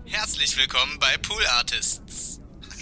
Herzlich willkommen bei Pool Artists.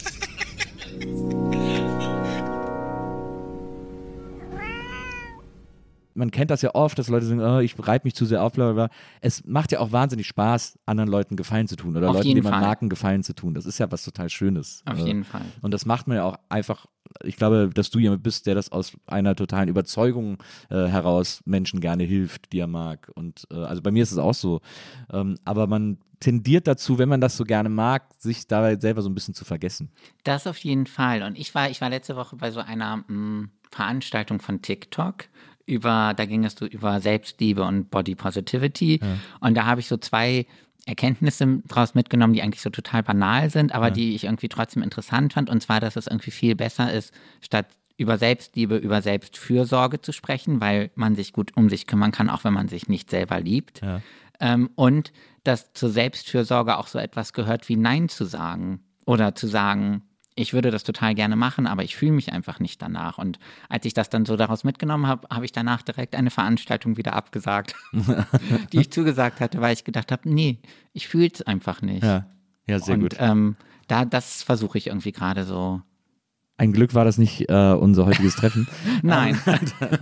Man kennt das ja oft, dass Leute sagen, oh, ich reibe mich zu sehr auf, bla bla bla. Es macht ja auch wahnsinnig Spaß, anderen Leuten Gefallen zu tun oder Auf Leuten, jeden die man Fall. Marken Gefallen zu tun. Das ist ja was total Schönes. Auf jeden Fall. Und das macht man ja auch einfach, ich glaube, dass du jemand bist, der das aus einer totalen Überzeugung heraus Menschen gerne hilft, die er mag. Und also bei mir ist es auch so. Aber man tendiert dazu, wenn man das so gerne mag, sich dabei selber so ein bisschen zu vergessen. Das auf jeden Fall. Und ich war letzte Woche bei so einer Veranstaltung von TikTok. Da ging es so über Selbstliebe und Body Positivity. Ja. Und da habe ich so 2 Erkenntnisse draus mitgenommen, die eigentlich so total banal sind, aber die ich irgendwie trotzdem interessant fand. Und zwar, dass es irgendwie viel besser ist, statt über Selbstliebe, über Selbstfürsorge zu sprechen, weil man sich gut um sich kümmern kann, auch wenn man sich nicht selber liebt. Ja. Und dass zur Selbstfürsorge auch so etwas gehört wie Nein zu sagen oder zu sagen, ich würde das total gerne machen, aber ich fühle mich einfach nicht danach. Und als ich das dann so daraus mitgenommen habe, habe ich danach direkt eine Veranstaltung wieder abgesagt, die ich zugesagt hatte, weil ich gedacht habe, nee, ich fühle es einfach nicht. Ja, sehr gut. Das versuche ich irgendwie gerade so. Ein Glück war das nicht unser heutiges Treffen. Nein. 1, 2,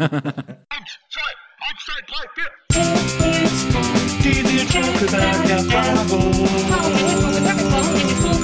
3, 4. Die Nils Bokelberg-Erfahrung.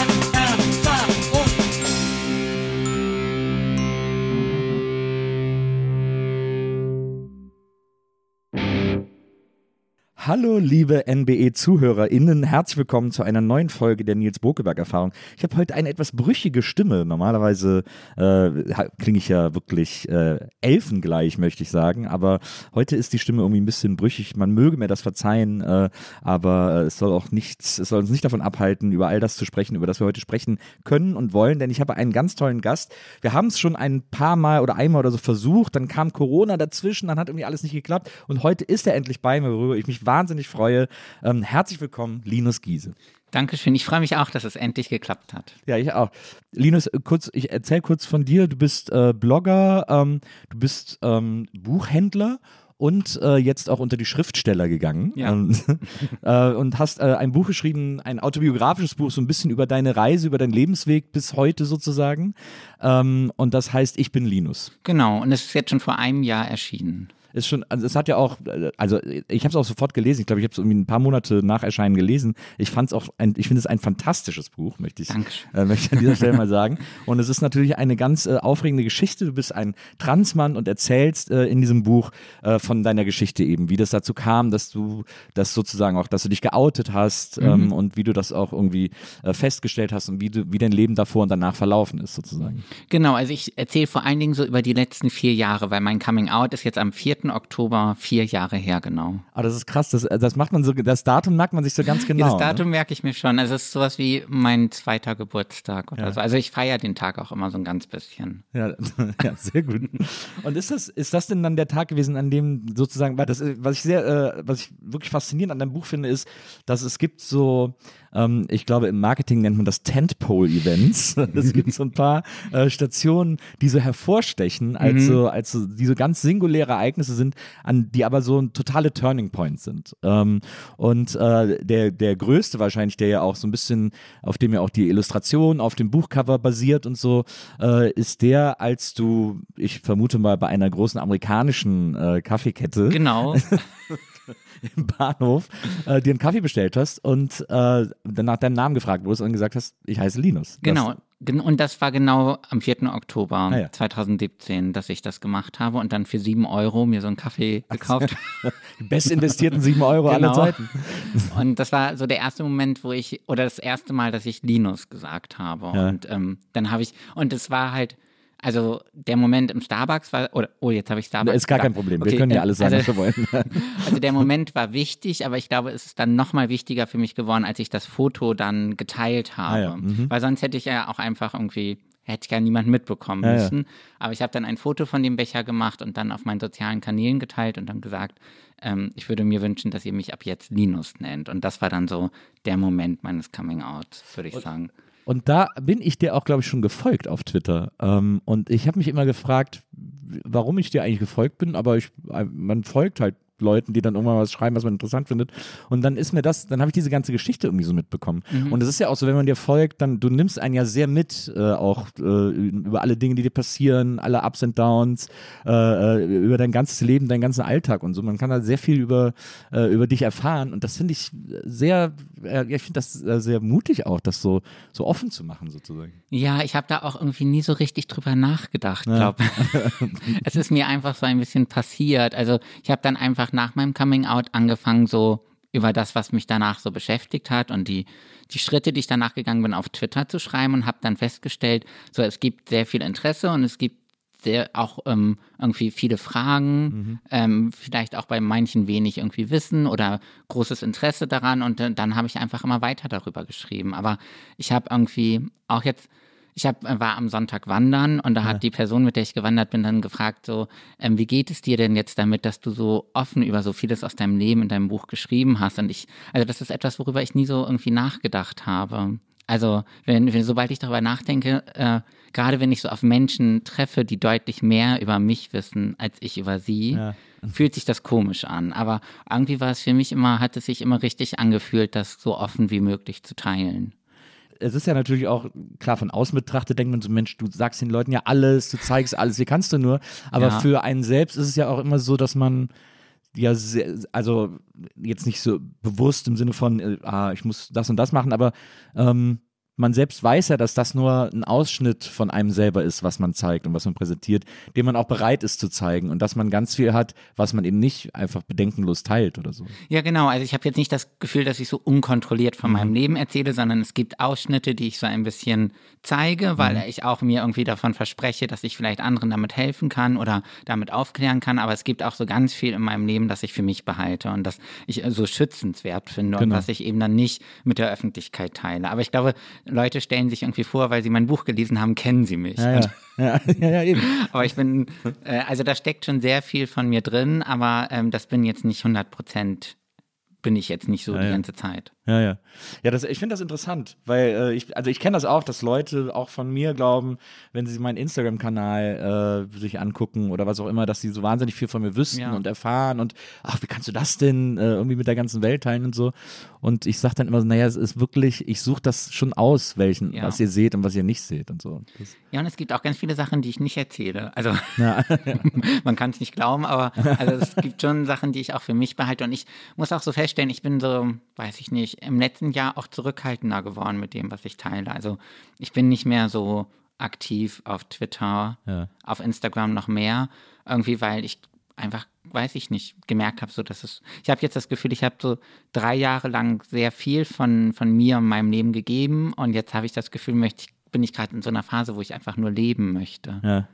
Hallo liebe NBE-ZuhörerInnen, herzlich willkommen zu einer neuen Folge der Nils Bokelberg-Erfahrung. Ich habe heute eine etwas brüchige Stimme. Normalerweise klinge ich ja wirklich elfengleich, möchte ich sagen, aber heute ist die Stimme irgendwie ein bisschen brüchig. Man möge mir das verzeihen, aber es soll uns nicht davon abhalten, über all das zu sprechen, über das wir heute sprechen können und wollen, denn ich habe einen ganz tollen Gast. Wir haben es schon ein paar Mal oder einmal oder so versucht, dann kam Corona dazwischen, dann hat irgendwie alles nicht geklappt und heute ist er endlich bei mir, worüber ich mich wahnsinnig freue. Herzlich willkommen, Linus Giese. Dankeschön. Ich freue mich auch, dass es endlich geklappt hat. Ja, ich auch. Linus, ich erzähle kurz von dir. Du bist Blogger, du bist Buchhändler und jetzt auch unter die Schriftsteller gegangen. Ja. Und hast ein Buch geschrieben, ein autobiografisches Buch, so ein bisschen über deine Reise, über deinen Lebensweg bis heute sozusagen. Und das heißt Ich bin Linus. Genau, und es ist jetzt schon vor einem Jahr erschienen. Ist schon, also es hat ja auch, also ich habe es auch sofort gelesen, ich glaube, ich habe es irgendwie ein paar Monate nach Erscheinen gelesen. Ich finde es ein fantastisches Buch, möchte ich an dieser Stelle mal sagen. Und es ist natürlich eine ganz aufregende Geschichte. Du bist ein Transmann und erzählst in diesem Buch von deiner Geschichte eben, wie das dazu kam, dass du das sozusagen auch, dass du dich geoutet hast und wie du das auch irgendwie festgestellt hast und wie dein Leben davor und danach verlaufen ist sozusagen. Genau, also ich erzähle vor allen Dingen so über die letzten 4 Jahre, weil mein Coming Out ist jetzt am 4. Oktober 4 Jahre her, genau. Aber das ist krass, das macht man so, das Datum merkt man sich so ganz genau. Das Datum merke ich mir schon, also es ist sowas wie mein 2. Geburtstag oder so. Also ich feiere den Tag auch immer so ein ganz bisschen. Ja, sehr gut. Und ist das denn dann der Tag gewesen, an dem sozusagen, was ich wirklich faszinierend an deinem Buch finde, ist, dass es gibt so, ich glaube im Marketing nennt man das Tentpole-Events. Es gibt so ein paar Stationen, die so hervorstechen, als so diese ganz singuläre Ereignisse sind, die aber so totale Turning Points sind. Und der größte wahrscheinlich, der ja auch so ein bisschen, auf dem ja auch die Illustration auf dem Buchcover basiert und so, ist der, als du, ich vermute mal, bei einer großen amerikanischen Kaffeekette genau. im Bahnhof dir einen Kaffee bestellt hast und dann nach deinem Namen gefragt wurdest und gesagt hast, ich heiße Linus. Genau. Und das war genau am 4. Oktober 2017, dass ich das gemacht habe und dann für 7 Euro mir so einen Kaffee gekauft. Die best investierten 7 Euro aller Zeiten. Und das war so der erste Moment, das erste Mal, dass ich Linus gesagt habe. Ja. Und dann habe ich, und es war halt, also der Moment im Starbucks war, jetzt habe ich Starbucks ist gar kein Problem, okay, wir können ja alles sagen, was wir wollen. Also der Moment war wichtig, aber ich glaube, es ist dann nochmal wichtiger für mich geworden, als ich das Foto dann geteilt habe. Weil sonst hätte ich ja auch einfach hätte ich ja niemand mitbekommen müssen. Ja. Aber ich habe dann ein Foto von dem Becher gemacht und dann auf meinen sozialen Kanälen geteilt und dann gesagt, ich würde mir wünschen, dass ihr mich ab jetzt Linus nennt. Und das war dann so der Moment meines Coming-Outs, würde ich sagen. Und da bin ich dir auch, glaube ich, schon gefolgt auf Twitter. Und ich habe mich immer gefragt, warum ich dir eigentlich gefolgt bin, aber man folgt halt Leuten, die dann irgendwann was schreiben, was man interessant findet. Und dann dann habe ich diese ganze Geschichte irgendwie so mitbekommen. Und es ist ja auch so, wenn man dir folgt, dann, du nimmst einen ja sehr mit, auch über alle Dinge, die dir passieren, alle Ups und Downs, über dein ganzes Leben, deinen ganzen Alltag und so. Man kann da sehr viel über dich erfahren und das finde ich ich finde das sehr mutig auch, das so offen zu machen sozusagen. Ja, ich habe da auch irgendwie nie so richtig drüber nachgedacht, glaube Es ist mir einfach so ein bisschen passiert. Also ich habe dann einfach nach meinem Coming-out angefangen, so über das, was mich danach so beschäftigt hat und die Schritte, die ich danach gegangen bin, auf Twitter zu schreiben und habe dann festgestellt, so es gibt sehr viel Interesse und es gibt auch irgendwie viele Fragen, vielleicht auch bei manchen wenig irgendwie Wissen oder großes Interesse daran und dann habe ich einfach immer weiter darüber geschrieben. Aber ich habe irgendwie auch jetzt, war am Sonntag wandern und da hat die Person, mit der ich gewandert bin, dann gefragt so, wie geht es dir denn jetzt damit, dass du so offen über so vieles aus deinem Leben in deinem Buch geschrieben hast? Und also das ist etwas, worüber ich nie so irgendwie nachgedacht habe. Also sobald ich darüber nachdenke, gerade wenn ich so auf Menschen treffe, die deutlich mehr über mich wissen, als ich über sie, fühlt sich das komisch an. Aber irgendwie hat es sich immer richtig angefühlt, das so offen wie möglich zu teilen. Es ist ja natürlich auch, klar, von außen betrachtet denkt man so, Mensch, du sagst den Leuten ja alles, du zeigst alles, wie kannst du nur. Aber für einen selbst ist es ja auch immer so, dass man ja, also jetzt nicht so bewusst im Sinne von, ich muss das und das machen, aber man selbst weiß ja, dass das nur ein Ausschnitt von einem selber ist, was man zeigt und was man präsentiert, den man auch bereit ist zu zeigen und dass man ganz viel hat, was man eben nicht einfach bedenkenlos teilt oder so. Ja, genau. Also ich habe jetzt nicht das Gefühl, dass ich so unkontrolliert von meinem Leben erzähle, sondern es gibt Ausschnitte, die ich so ein bisschen zeige, weil ich auch mir irgendwie davon verspreche, dass ich vielleicht anderen damit helfen kann oder damit aufklären kann. Aber es gibt auch so ganz viel in meinem Leben, das ich für mich behalte und das ich so schützenswert finde und was ich eben dann nicht mit der Öffentlichkeit teile. Aber ich glaube, Leute stellen sich irgendwie vor, weil sie mein Buch gelesen haben, kennen sie mich. Ja, eben. Aber ich bin, also da steckt schon sehr viel von mir drin, aber das bin jetzt nicht 100%, bin ich jetzt nicht so die ganze Zeit. Ja, ich finde das interessant, weil ich kenne das auch, dass Leute auch von mir glauben, wenn sie meinen Instagram-Kanal sich angucken oder was auch immer, dass sie so wahnsinnig viel von mir wüssten und erfahren und wie kannst du das denn irgendwie mit der ganzen Welt teilen und so. Und ich sage dann immer so, naja, es ist wirklich, ich suche das schon aus, was ihr seht und was ihr nicht seht und so. Ja, und es gibt auch ganz viele Sachen, die ich nicht erzähle. Also man kann es nicht glauben, aber also es gibt schon Sachen, die ich auch für mich behalte und ich muss auch so feststellen, ich bin so, weiß ich nicht, im letzten Jahr auch zurückhaltender geworden mit dem, was ich teile. Also ich bin nicht mehr so aktiv auf Twitter, auf Instagram noch mehr, irgendwie, weil ich einfach, weiß ich nicht, gemerkt habe, so dass ich habe jetzt das Gefühl, ich habe so 3 Jahre lang sehr viel von mir und meinem Leben gegeben und jetzt habe ich das Gefühl, bin ich gerade in so einer Phase, wo ich einfach nur leben möchte. Ja.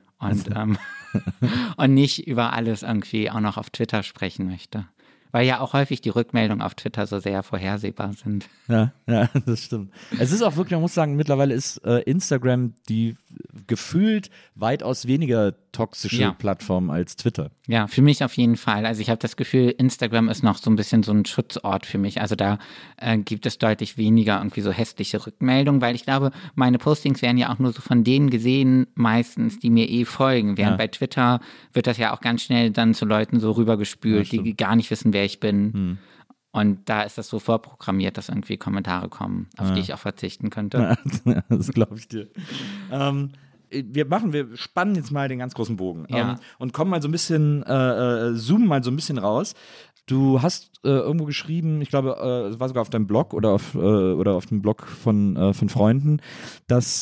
Und nicht über alles irgendwie auch noch auf Twitter sprechen möchte. Weil ja auch häufig die Rückmeldungen auf Twitter so sehr vorhersehbar sind. Ja, das stimmt. Es ist auch wirklich, man muss sagen, mittlerweile ist Instagram die gefühlt weitaus weniger toxische Plattform als Twitter. Ja, für mich auf jeden Fall. Also ich habe das Gefühl, Instagram ist noch so ein bisschen so ein Schutzort für mich. Also da gibt es deutlich weniger irgendwie so hässliche Rückmeldungen, weil ich glaube, meine Postings werden ja auch nur so von denen gesehen, meistens, die mir folgen. Während bei Twitter wird das ja auch ganz schnell dann zu Leuten so rübergespült, die gar nicht wissen, wer ich bin. Und da ist das so vorprogrammiert, dass irgendwie Kommentare kommen, auf die ich auch verzichten könnte. Ja, das glaube ich dir. Wir spannen jetzt mal den ganz großen Bogen und kommen mal so ein bisschen, zoomen mal so ein bisschen raus. Du hast irgendwo geschrieben, ich glaube, es war sogar auf deinem Blog oder auf dem Blog von Freunden, dass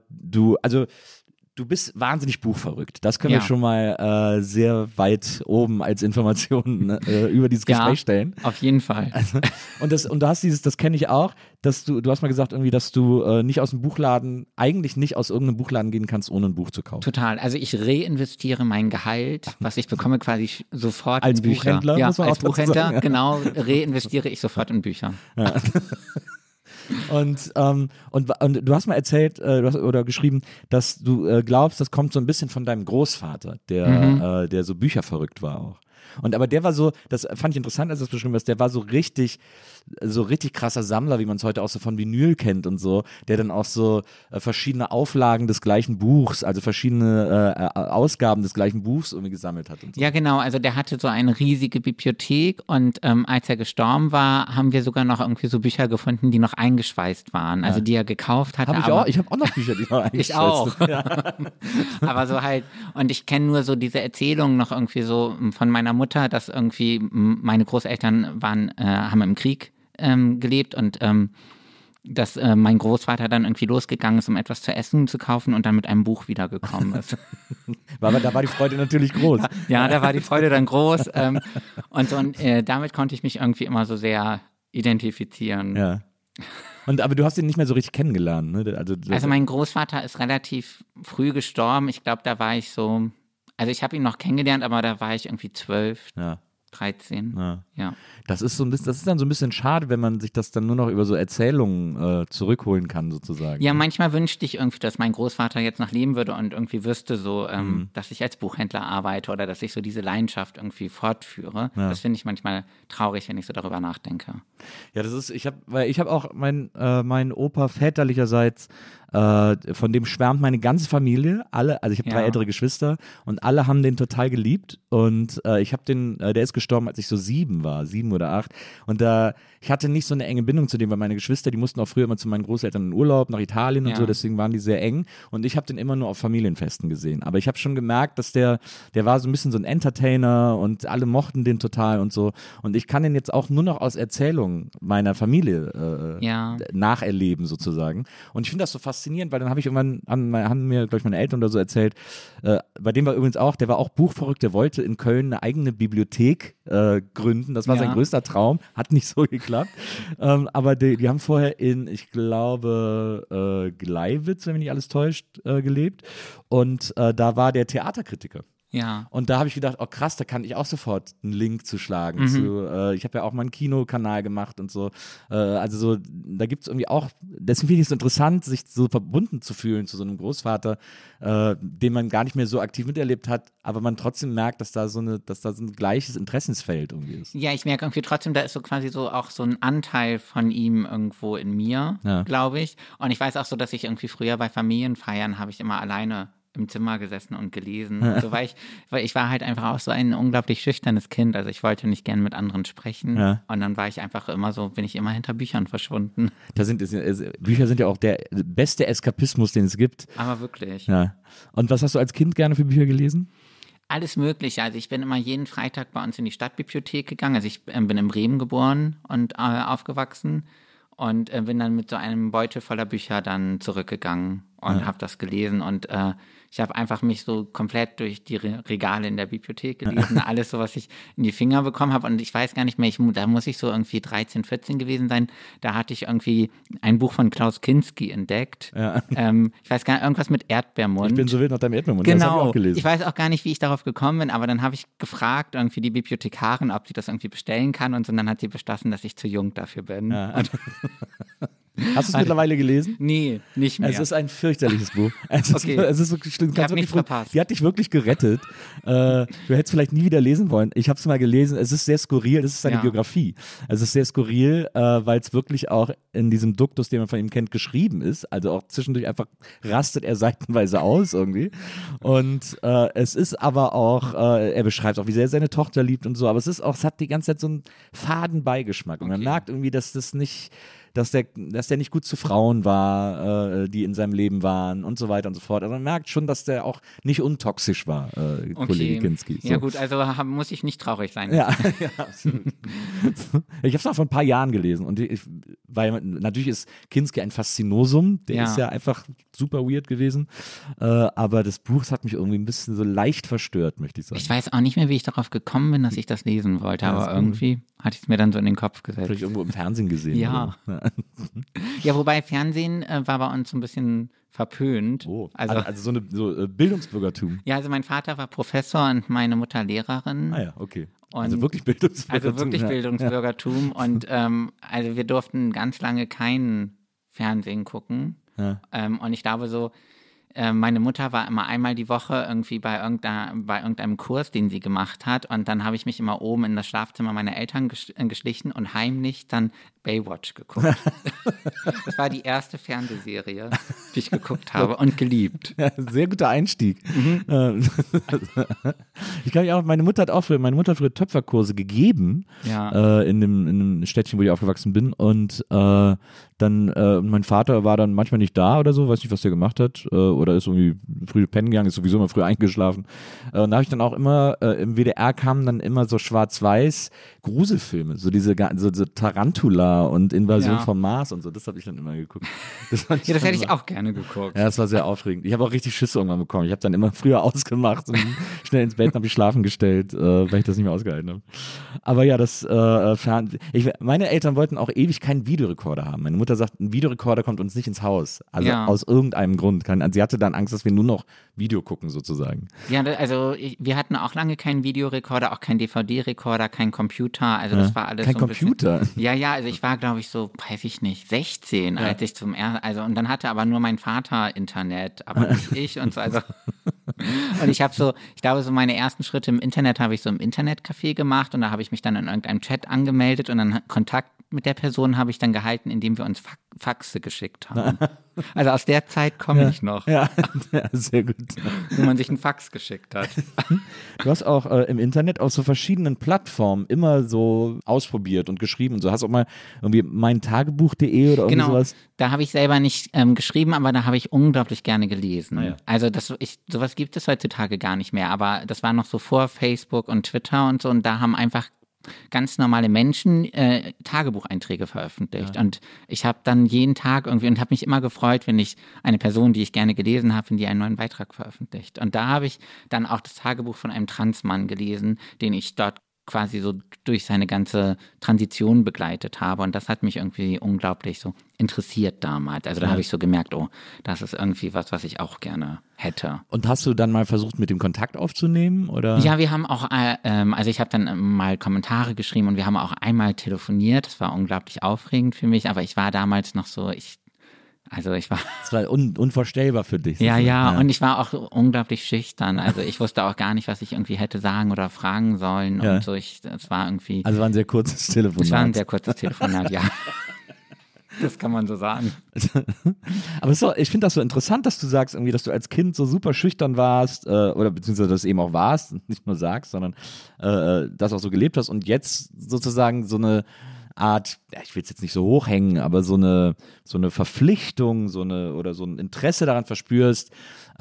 du bist wahnsinnig buchverrückt. Das können wir schon mal sehr weit oben als Informationen über dieses Gespräch stellen. Auf jeden Fall. Also, und du hast das kenne ich auch, dass du hast mal gesagt irgendwie, dass du eigentlich nicht aus irgendeinem Buchladen gehen kannst, ohne ein Buch zu kaufen. Total. Also ich reinvestiere mein Gehalt, was ich bekomme, quasi sofort als in Bücher. Buchhändler, ja, muss man als auch dazu Buchhändler, sagen, genau, reinvestiere ich sofort in Bücher. Ja. Und du hast mal erzählt oder geschrieben, dass du glaubst, das kommt so ein bisschen von deinem Großvater, der so bücherverrückt war auch. Und aber der war so, das fand ich interessant, als du das beschrieben hast, der war so richtig krasser Sammler, wie man es heute auch so von Vinyl kennt und so, der dann auch so verschiedene Auflagen des gleichen Buchs, also verschiedene Ausgaben des gleichen Buchs irgendwie gesammelt hat und so. Ja, genau. Also der hatte so eine riesige Bibliothek und als er gestorben war, haben wir sogar noch irgendwie so Bücher gefunden, die noch eingeschweißt waren. Also die er gekauft hatte. Ich habe auch noch Bücher, die noch Ich auch. Ja. Aber so halt, und ich kenne nur so diese Erzählungen noch irgendwie so von meiner Mutter, dass irgendwie meine Großeltern haben im Krieg gelebt und dass mein Großvater dann irgendwie losgegangen ist, um etwas zu essen zu kaufen und dann mit einem Buch wiedergekommen ist. Aber da war die Freude natürlich groß. Ja, da war die Freude dann groß. Und damit konnte ich mich irgendwie immer so sehr identifizieren. Ja. Aber du hast ihn nicht mehr so richtig kennengelernt, ne? Also mein Großvater ist relativ früh gestorben. Ich glaube, da war ich so, also ich habe ihn noch kennengelernt, aber da war ich irgendwie 12, ja. 13. Ja. Das ist dann so ein bisschen schade, wenn man sich das dann nur noch über so Erzählungen zurückholen kann, sozusagen. Ja, manchmal wünschte ich irgendwie, dass mein Großvater jetzt noch leben würde und irgendwie wüsste so, dass ich als Buchhändler arbeite oder dass ich so diese Leidenschaft irgendwie fortführe. Ja. Das finde ich manchmal traurig, wenn ich so darüber nachdenke. Ja, ich habe auch mein Opa väterlicherseits, von dem schwärmt meine ganze Familie, alle, also ich habe 3 ältere Geschwister und alle haben den total geliebt und ich habe der ist gestorben, als ich so 7 oder 8 und ich hatte nicht so eine enge Bindung zu dem, weil meine Geschwister, die mussten auch früher immer zu meinen Großeltern in Urlaub nach Italien und so, deswegen waren die sehr eng und ich habe den immer nur auf Familienfesten gesehen, aber ich habe schon gemerkt, dass der war so ein bisschen so ein Entertainer und alle mochten den total und so und ich kann den jetzt auch nur noch aus Erzählungen meiner Familie nacherleben sozusagen und ich finde das so faszinierend, weil dann habe ich irgendwann, haben mir, glaube ich, meine Eltern oder so erzählt, bei dem war übrigens auch, der war auch buchverrückt, der wollte in Köln eine eigene Bibliothek gründen, das war sein größter Traum, hat nicht so geklappt, aber die haben vorher in, ich glaube, Gleiwitz, wenn mich nicht alles täuscht, gelebt und da war der Theaterkritiker. Ja. Und da habe ich gedacht, oh krass, da kann ich auch sofort einen Link zu schlagen. Ich habe ja auch mal einen Kinokanal gemacht und so. Also so, da gibt es irgendwie auch, deswegen finde ich es so interessant, sich so verbunden zu fühlen zu so einem Großvater, den man gar nicht mehr so aktiv miterlebt hat, aber man trotzdem merkt, dass da so ein gleiches Interessensfeld irgendwie ist. Ja, ich merke irgendwie trotzdem, da ist so quasi so auch so ein Anteil von ihm irgendwo in mir, glaube ich. Und ich weiß auch so, dass ich irgendwie früher bei Familienfeiern habe ich immer alleine im Zimmer gesessen und gelesen. Und so, weil ich war halt einfach auch so ein unglaublich schüchternes Kind. Also ich wollte nicht gern mit anderen sprechen. Ja. Und dann war ich einfach bin ich immer hinter Büchern verschwunden. Bücher sind ja auch der beste Eskapismus, den es gibt. Aber wirklich. Ja. Und was hast du als Kind gerne für Bücher gelesen? Alles Mögliche. Also ich bin immer jeden Freitag bei uns in die Stadtbibliothek gegangen. Also ich bin in Bremen geboren und aufgewachsen. Und bin dann mit so einem Beutel voller Bücher dann zurückgegangen und habe das gelesen. Und ich habe einfach mich so komplett durch die Regale in der Bibliothek gelesen. Alles so, was ich in die Finger bekommen habe. Und ich weiß gar nicht mehr, da muss ich so irgendwie 13, 14 gewesen sein. Da hatte ich irgendwie ein Buch von Klaus Kinski entdeckt. Ja. Ich weiß gar nicht, irgendwas mit Erdbeermund. Ich bin so wild nach deinem Erdbeermund. Genau. Das habe ich auch gelesen. Ich weiß auch gar nicht, wie ich darauf gekommen bin. Aber dann habe ich gefragt, irgendwie die Bibliothekarin, ob sie das irgendwie bestellen kann. Und so, dann hat sie beschlossen, dass ich zu jung dafür bin. Ja. Hast du es mittlerweile gelesen? Nee, nicht mehr. Es ist ein fürchterliches Buch. Es ist wirklich schlimm. Ich habe nichts verpasst. Die hat dich wirklich gerettet. Du hättest vielleicht nie wieder lesen wollen. Ich habe es mal gelesen. Es ist sehr skurril. Das ist seine Biografie. Es ist sehr skurril, weil es wirklich auch in diesem Duktus, den man von ihm kennt, geschrieben ist. Also auch zwischendurch einfach rastet er seitenweise aus irgendwie. Und es ist aber auch, er beschreibt auch, wie sehr er seine Tochter liebt und so. Aber es hat die ganze Zeit so einen faden Beigeschmack. Und man merkt irgendwie, dass der nicht gut zu Frauen war, die in seinem Leben waren und so weiter und so fort. Also man merkt schon, dass der auch nicht untoxisch war, Kollege Kinski. So. Ja gut, also muss ich nicht traurig sein. Ja, absolut. Ich habe es auch vor ein paar Jahren gelesen und weil natürlich ist Kinski ein Faszinosum, der ist ja einfach super weird gewesen, aber das Buch hat mich irgendwie ein bisschen so leicht verstört, möchte ich sagen. Ich weiß auch nicht mehr, wie ich darauf gekommen bin, dass ich das lesen wollte, aber irgendwie hatte ich es mir dann so in den Kopf gesetzt. Vielleicht irgendwo im Fernsehen gesehen. Ja. Ja, wobei Fernsehen war bei uns so ein bisschen verpönt. Oh, also so Bildungsbürgertum. Ja, also mein Vater war Professor und meine Mutter Lehrerin. Ah ja, okay. Also wirklich Bildungsbürgertum. Also wirklich Bildungsbürgertum und also wir durften ganz lange kein Fernsehen gucken. Ja. Und ich glaube so, meine Mutter war immer einmal die Woche irgendwie bei irgendeinem Kurs, den sie gemacht hat. Und dann habe ich mich immer oben in das Schlafzimmer meiner Eltern geschlichen und heimlich dann Baywatch geguckt. Das war die erste Fernsehserie, die ich geguckt habe und geliebt. Ja, sehr guter Einstieg. Ich glaube auch, meine Mutter hat früher Töpferkurse gegeben, Ja. in einem Städtchen, wo ich aufgewachsen bin. Und mein Vater war dann manchmal nicht da oder so, weiß nicht, was der gemacht hat, oder ist irgendwie früh pennen gegangen, ist sowieso immer früh eingeschlafen. Und da habe ich dann auch immer, im WDR kamen dann immer so schwarz-weiß Gruselfilme, so diese so Tarantula und Invasion Ja. vom Mars und so, das habe ich dann immer geguckt. Das Ja, das hätte ich auch gerne geguckt. Ja, das war sehr aufregend. Ich habe auch richtig Schüsse irgendwann bekommen. Ich habe dann immer früher ausgemacht und schnell ins Bett, habe ich schlafen gestellt, weil ich das nicht mehr ausgehalten habe. Aber ja, meine Eltern wollten auch ewig keinen Videorekorder haben. Meine Mutter sagt, ein Videorekorder kommt uns nicht ins Haus. Also Ja. aus irgendeinem Grund. Sie hatte dann Angst, dass wir nur noch Video gucken sozusagen. Ja, also wir hatten auch lange keinen Videorekorder, auch keinen DVD-Rekorder, keinen Computer. Also das war alles Kein so ein Computer? Bisschen, ja, also ich war, glaube ich, so, weiß ich nicht, 16, als ich und dann hatte aber nur mein Vater Internet, aber nicht ich und so, also. Und ich glaube, so meine ersten Schritte im Internet habe ich so im Internetcafé gemacht und da habe ich mich dann in irgendeinem Chat angemeldet und dann Kontakt mit der Person habe ich dann gehalten, indem wir uns Faxe geschickt haben. Also aus der Zeit komme ich noch, Ja, sehr gut. wo man sich einen Fax geschickt hat. Du hast auch im Internet auf so verschiedenen Plattformen immer so ausprobiert und geschrieben und so. Hast auch mal irgendwie meintagebuch.de oder irgendwie Genau, sowas? da habe ich selber nicht geschrieben, aber da habe ich unglaublich gerne gelesen. Ah, ja. Also sowas gibt es heutzutage gar nicht mehr, aber das war noch so vor Facebook und Twitter und so und da haben einfach ganz normale Menschen Tagebucheinträge veröffentlicht und ich habe dann jeden Tag irgendwie und habe mich immer gefreut, wenn ich eine Person, die ich gerne gelesen habe, wenn die einen neuen Beitrag veröffentlicht und da habe ich dann auch das Tagebuch von einem Transmann gelesen, den ich dort quasi so durch seine ganze Transition begleitet habe und das hat mich irgendwie unglaublich so interessiert damals. Also da habe ich so gemerkt, oh, das ist irgendwie was ich auch gerne hätte. Und hast du dann mal versucht, mit dem Kontakt aufzunehmen? Oder? Ja, wir haben auch, also ich habe dann mal Kommentare geschrieben und wir haben auch einmal telefoniert. Das war unglaublich aufregend für mich, aber ich war damals noch so, Das war unvorstellbar für dich. Ja, und ich war auch unglaublich schüchtern. Also ich wusste auch gar nicht, was ich irgendwie hätte sagen oder fragen sollen und so. Das war irgendwie. Also war ein sehr kurzes Telefonat. Es war ein sehr kurzes Telefonat, ja. Das kann man so sagen. Aber ich finde das so interessant, dass du sagst, irgendwie, dass du als Kind so super schüchtern warst, oder beziehungsweise das eben auch warst, nicht nur sagst, sondern das auch so gelebt hast und jetzt sozusagen so eine Art, ja, ich will es jetzt nicht so hochhängen, aber so eine Verpflichtung, oder so ein Interesse daran verspürst,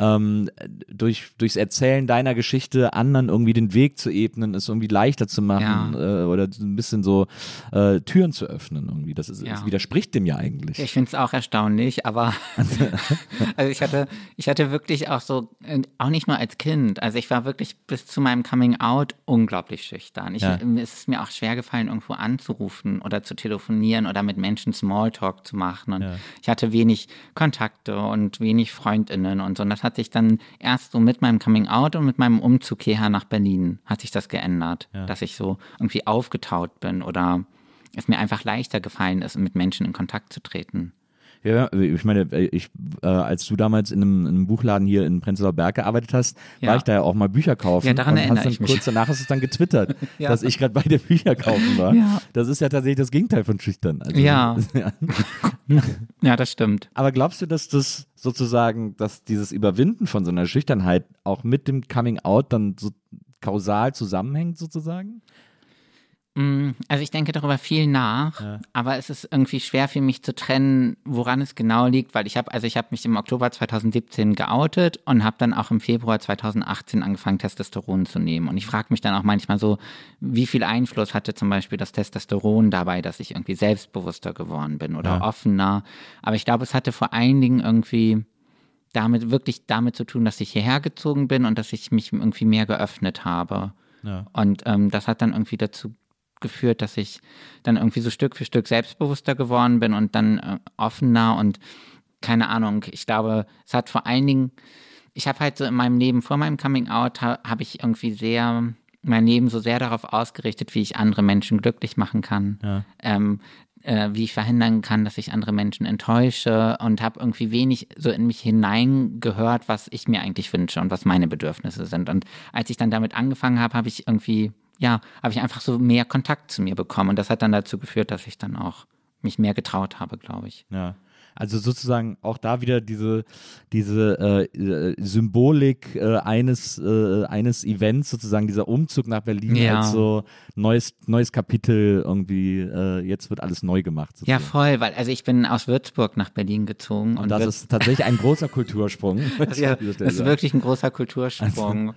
durchs Erzählen deiner Geschichte anderen irgendwie den Weg zu ebnen, es irgendwie leichter zu machen, oder ein bisschen so Türen zu öffnen irgendwie. Das widerspricht dem ja eigentlich. Ich finde es auch erstaunlich, aber also ich hatte wirklich auch so, auch nicht nur als Kind, also ich war wirklich bis zu meinem Coming Out unglaublich schüchtern. Es ist mir auch schwer gefallen, irgendwo anzurufen oder zu telefonieren oder mit Menschen Smalltalk zu machen und ich hatte wenig Kontakte und wenig FreundInnen und so und das hat sich dann erst so mit meinem Coming Out und mit meinem Umzug hierher nach Berlin hat sich das geändert, dass ich so irgendwie aufgetaut bin oder es mir einfach leichter gefallen ist, mit Menschen in Kontakt zu treten. Ja, ich meine, als du damals in einem Buchladen hier in Prenzlauer Berg gearbeitet hast, war ich da ja auch mal Bücher kaufen. Ja, daran erinnere ich mich. Kurz danach hast du es dann getwittert, dass ich gerade bei der Bücher kaufen war. Ja. Das ist ja tatsächlich das Gegenteil von schüchtern. Also, Ja. Ja, das stimmt. Aber glaubst du, dass das sozusagen, dass dieses Überwinden von so einer Schüchternheit auch mit dem Coming Out dann so kausal zusammenhängt sozusagen? Also ich denke darüber viel nach, aber es ist irgendwie schwer für mich zu trennen, woran es genau liegt, weil ich habe mich im Oktober 2017 geoutet und habe dann auch im Februar 2018 angefangen, Testosteron zu nehmen. Und ich frage mich dann auch manchmal so, wie viel Einfluss hatte zum Beispiel das Testosteron dabei, dass ich irgendwie selbstbewusster geworden bin oder offener. Aber ich glaube, es hatte vor allen Dingen irgendwie damit zu tun, dass ich hierher gezogen bin und dass ich mich irgendwie mehr geöffnet habe. Ja. Und das hat dann irgendwie dazu geführt, dass ich dann irgendwie so Stück für Stück selbstbewusster geworden bin und dann offener und keine Ahnung, ich glaube, es hat vor allen Dingen, ich habe halt so in meinem Leben, vor meinem Coming Out, habe ich irgendwie mein Leben so sehr darauf ausgerichtet, wie ich andere Menschen glücklich machen kann. Ja. wie ich verhindern kann, dass ich andere Menschen enttäusche und habe irgendwie wenig so in mich hineingehört, was ich mir eigentlich wünsche und was meine Bedürfnisse sind. Und als ich dann damit angefangen habe, habe ich einfach so mehr Kontakt zu mir bekommen. Und das hat dann dazu geführt, dass ich dann auch mich mehr getraut habe, glaube ich. Ja. Also sozusagen auch da wieder diese Symbolik eines Events, sozusagen dieser Umzug nach Berlin als so neues Kapitel irgendwie, jetzt wird alles neu gemacht. Sozusagen. Ja, voll, weil ich bin aus Würzburg nach Berlin gezogen. Und das ist tatsächlich ein großer Kultursprung. Das ist wirklich ein großer Kultursprung.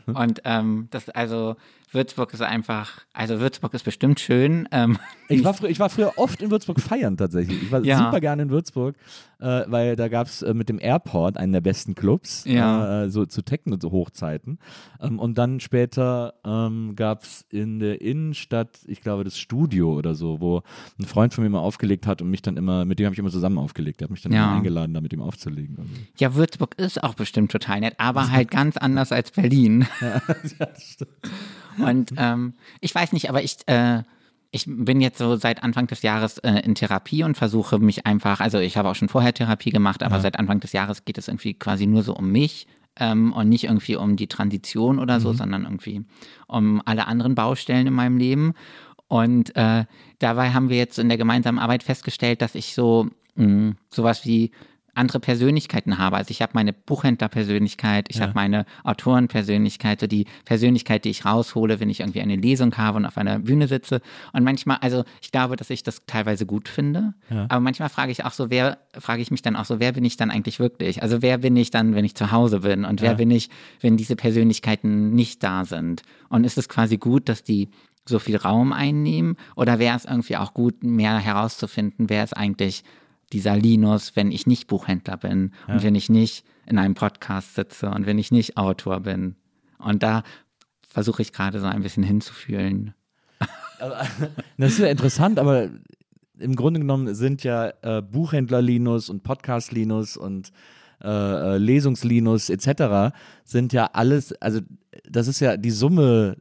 Und Würzburg ist Würzburg ist bestimmt schön. Ich war früher oft in Würzburg feiern tatsächlich. Ich war super gerne in Würzburg, weil da gab es mit dem Airport einen der besten Clubs, so zu Techno-Hochzeiten. Und dann später gab es in der Innenstadt, ich glaube, das Studio oder so, wo ein Freund von mir mal aufgelegt hat und mit dem habe ich immer zusammen aufgelegt. Der hat mich dann immer eingeladen, da mit ihm aufzulegen. Also. Ja, Würzburg ist auch bestimmt total nett, aber halt ganz anders als Berlin. Ja, das stimmt. Und ich weiß nicht, aber ich bin jetzt so seit Anfang des Jahres in Therapie und versuche mich einfach, also ich habe auch schon vorher Therapie gemacht, aber seit Anfang des Jahres geht es irgendwie quasi nur so um mich und nicht irgendwie um die Transition oder so, sondern irgendwie um alle anderen Baustellen in meinem Leben. Und dabei haben wir jetzt in der gemeinsamen Arbeit festgestellt, dass ich so sowas wie andere Persönlichkeiten habe. Also ich habe meine Buchhändlerpersönlichkeit, ich habe meine Autorenpersönlichkeit, so die Persönlichkeit, die ich raushole, wenn ich irgendwie eine Lesung habe und auf einer Bühne sitze. Und manchmal, also ich glaube, dass ich das teilweise gut finde, aber manchmal frage ich mich dann auch so, wer bin ich dann eigentlich wirklich? Also wer bin ich dann, wenn ich zu Hause bin? Und wer bin ich, wenn diese Persönlichkeiten nicht da sind? Und ist es quasi gut, dass die so viel Raum einnehmen? Oder wäre es irgendwie auch gut, mehr herauszufinden, wer ist eigentlich dieser Linus, wenn ich nicht Buchhändler bin und wenn ich nicht in einem Podcast sitze und wenn ich nicht Autor bin. Und da versuche ich gerade so ein bisschen hinzufühlen. Das ist ja interessant, aber im Grunde genommen sind ja Buchhändler-Linus und Podcast-Linus und Lesungs-Linus etc. sind ja alles, also das ist ja die Summe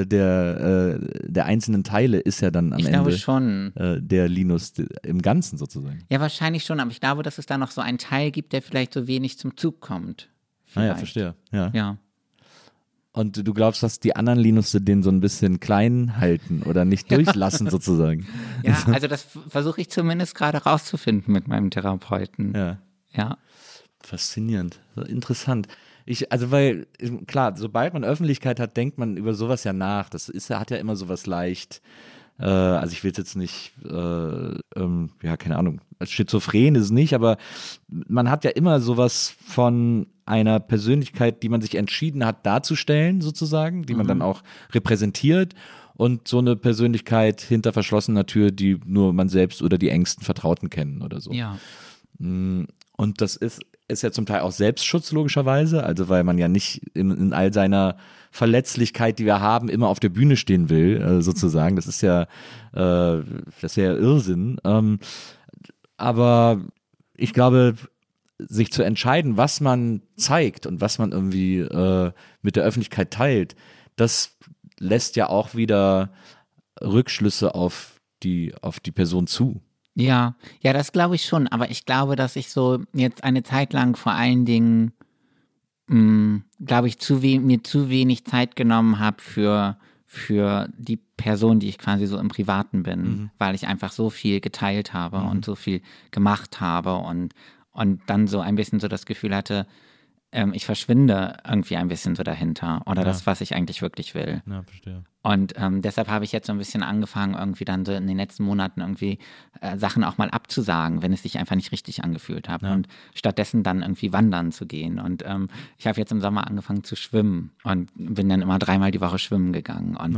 der einzelnen Teile ist ja dann am Ende. Ich glaube schon. Der Linus im Ganzen sozusagen. Ja, wahrscheinlich schon, aber ich glaube, dass es da noch so einen Teil gibt, der vielleicht so wenig zum Zug kommt. Ja, verstehe. Ja. Und du glaubst, dass die anderen Linus den so ein bisschen klein halten oder nicht durchlassen sozusagen? Ja, also das versuche ich zumindest gerade rauszufinden mit meinem Therapeuten. Ja. Faszinierend, interessant. Weil, klar, sobald man Öffentlichkeit hat, denkt man über sowas ja nach. Hat ja immer sowas leicht, also ich will es jetzt nicht, keine Ahnung, schizophren ist es nicht, aber man hat ja immer sowas von einer Persönlichkeit, die man sich entschieden hat darzustellen, sozusagen, die man dann auch repräsentiert und so eine Persönlichkeit hinter verschlossener Tür, die nur man selbst oder die engsten Vertrauten kennen oder so. Ja. Und das ist ja zum Teil auch Selbstschutz logischerweise, also weil man ja nicht in all seiner Verletzlichkeit, die wir haben, immer auf der Bühne stehen will, sozusagen. Das ist ja Irrsinn. Aber ich glaube, sich zu entscheiden, was man zeigt und was man irgendwie mit der Öffentlichkeit teilt, das lässt ja auch wieder Rückschlüsse auf die Person zu. Ja, das glaube ich schon, aber ich glaube, dass ich so jetzt eine Zeit lang vor allen Dingen, glaube ich, mir zu wenig Zeit genommen habe für die Person, die ich quasi so im Privaten bin, weil ich einfach so viel geteilt habe und so viel gemacht habe und dann so ein bisschen so das Gefühl hatte, ich verschwinde irgendwie ein bisschen so dahinter oder das, was ich eigentlich wirklich will. Ja, verstehe. Und deshalb habe ich jetzt so ein bisschen angefangen, irgendwie dann so in den letzten Monaten irgendwie Sachen auch mal abzusagen, wenn es sich einfach nicht richtig angefühlt hat und stattdessen dann irgendwie wandern zu gehen. Und ich habe jetzt im Sommer angefangen zu schwimmen und bin dann immer 3-mal die Woche schwimmen gegangen. Und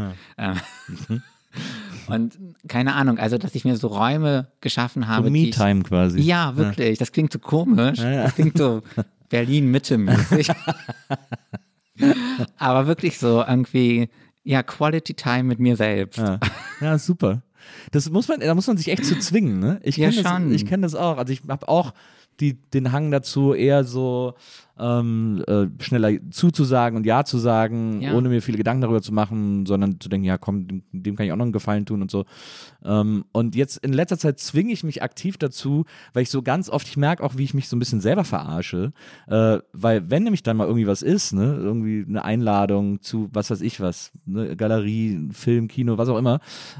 und keine Ahnung, also dass ich mir so Räume geschaffen habe. So Me-Time quasi. Ja, wirklich. Das klingt so komisch. Das klingt so Berlin-Mitte-mäßig. Aber wirklich so irgendwie, Quality Time mit mir selbst. Ja, super. Da muss man sich echt zu zwingen, ne? Ich kenne das auch. Also ich habe auch den Hang dazu, eher so schneller zuzusagen und Ja zu sagen, Ja. ohne mir viele Gedanken darüber zu machen, sondern zu denken, ja komm, dem kann ich auch noch einen Gefallen tun und so. Und jetzt in letzter Zeit zwinge ich mich aktiv dazu, weil ich so ganz oft, ich merke auch, wie ich mich so ein bisschen selber verarsche, weil wenn nämlich dann mal irgendwie was ist, ne, irgendwie eine Einladung zu was weiß ich was, ne, Galerie, Film, Kino, was auch immer,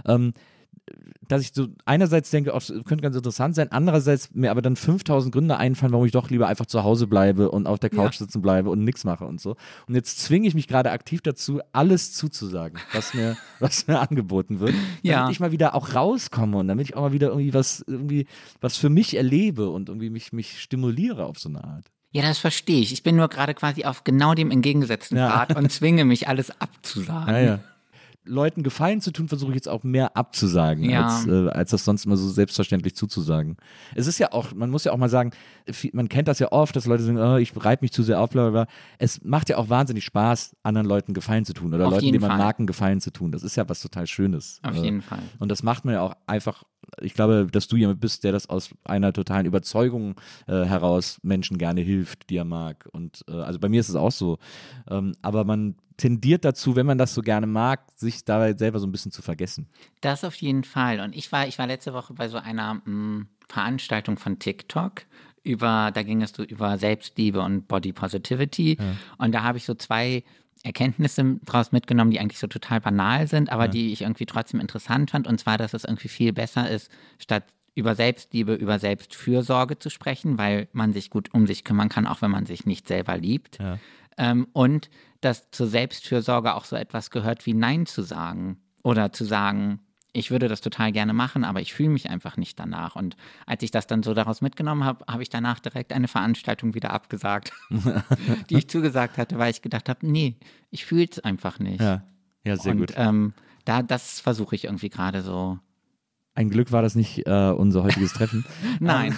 dass ich so einerseits denke, das könnte ganz interessant sein, andererseits mir aber dann 5000 Gründe einfallen, warum ich doch lieber einfach zu Hause bleibe und auf der Couch sitzen bleibe und nichts mache und so. Und jetzt zwinge ich mich gerade aktiv dazu, alles zuzusagen, was mir angeboten wird, Ja. damit ich mal wieder auch rauskomme und damit ich auch mal wieder irgendwie was für mich erlebe und irgendwie mich stimuliere auf so eine Art. Ja, das verstehe ich. Ich bin nur gerade quasi auf genau dem entgegengesetzten Ja. Pfad und zwinge mich, alles abzusagen. Ja. Leuten Gefallen zu tun, versuche ich jetzt auch mehr abzusagen, Ja. als das sonst immer so selbstverständlich zuzusagen. Es ist ja auch, man muss ja auch mal sagen, man kennt das ja oft, dass Leute sagen, oh, ich reibe mich zu sehr auf, bla bla bla. Es macht ja auch wahnsinnig Spaß, anderen Leuten Gefallen zu tun oder Auf Leuten, jeden denen man Fall. Marken Gefallen zu tun. Das ist ja was total Schönes. Auf jeden Fall. Und das macht man ja auch einfach, ich glaube, dass du jemand bist, der das aus einer totalen Überzeugung heraus Menschen gerne hilft, die er mag. Und also bei mir ist es auch so. Aber man tendiert dazu, wenn man das so gerne mag, sich dabei selber so ein bisschen zu vergessen. Das auf jeden Fall. Und ich war letzte Woche bei so einer Veranstaltung von TikTok. Da ging es über Selbstliebe und Body Positivity. Und da habe ich so 2 Erkenntnisse daraus mitgenommen, die eigentlich so total banal sind, aber die ich irgendwie trotzdem interessant fand. Und zwar, dass es irgendwie viel besser ist, statt über Selbstliebe, über Selbstfürsorge zu sprechen, weil man sich gut um sich kümmern kann, auch wenn man sich nicht selber liebt. Ja. Und dass zur Selbstfürsorge auch so etwas gehört wie Nein zu sagen oder zu sagen, ich würde das total gerne machen, aber ich fühle mich einfach nicht danach. Und als ich das dann so daraus mitgenommen habe, habe ich danach direkt eine Veranstaltung wieder abgesagt, die ich zugesagt hatte, weil ich gedacht habe, nee, ich fühle es einfach nicht. Ja, sehr Und gut. das versuche ich irgendwie gerade so. Ein Glück war das nicht unser heutiges Treffen. Nein.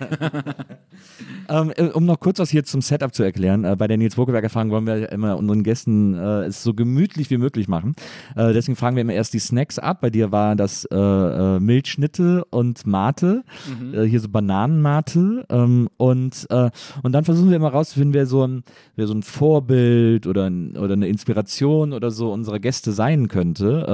Um noch kurz was hier zum Setup zu erklären, bei der Nils Bokelberger Fragen wollen wir immer unseren Gästen es so gemütlich wie möglich machen. Deswegen fragen wir immer erst die Snacks ab. Bei dir waren das Milchschnitte und Mate, hier so Bananenmate. Und dann versuchen wir immer rauszufinden, wer so ein Vorbild oder eine Inspiration oder so unserer Gäste sein könnte.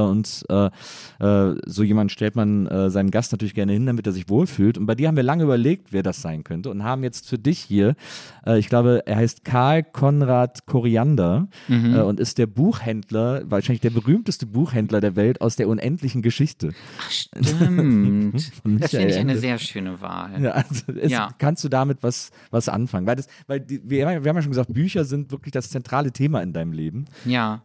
So jemand stellt man seinen Gast natürlich gerne hin, damit er sich wohlfühlt. Und bei dir haben wir lange überlegt, wer das sein könnte und haben jetzt für dich hier, ich glaube, er heißt Karl Konrad Koriander und ist der Buchhändler, wahrscheinlich der berühmteste Buchhändler der Welt aus der unendlichen Geschichte. Ach, stimmt. Das Michael finde ich eine Ende. sehr schöne Wahl. Ja, also Ja. kannst du damit was anfangen? Wir haben ja schon gesagt, Bücher sind wirklich das zentrale Thema in deinem Leben. Ja,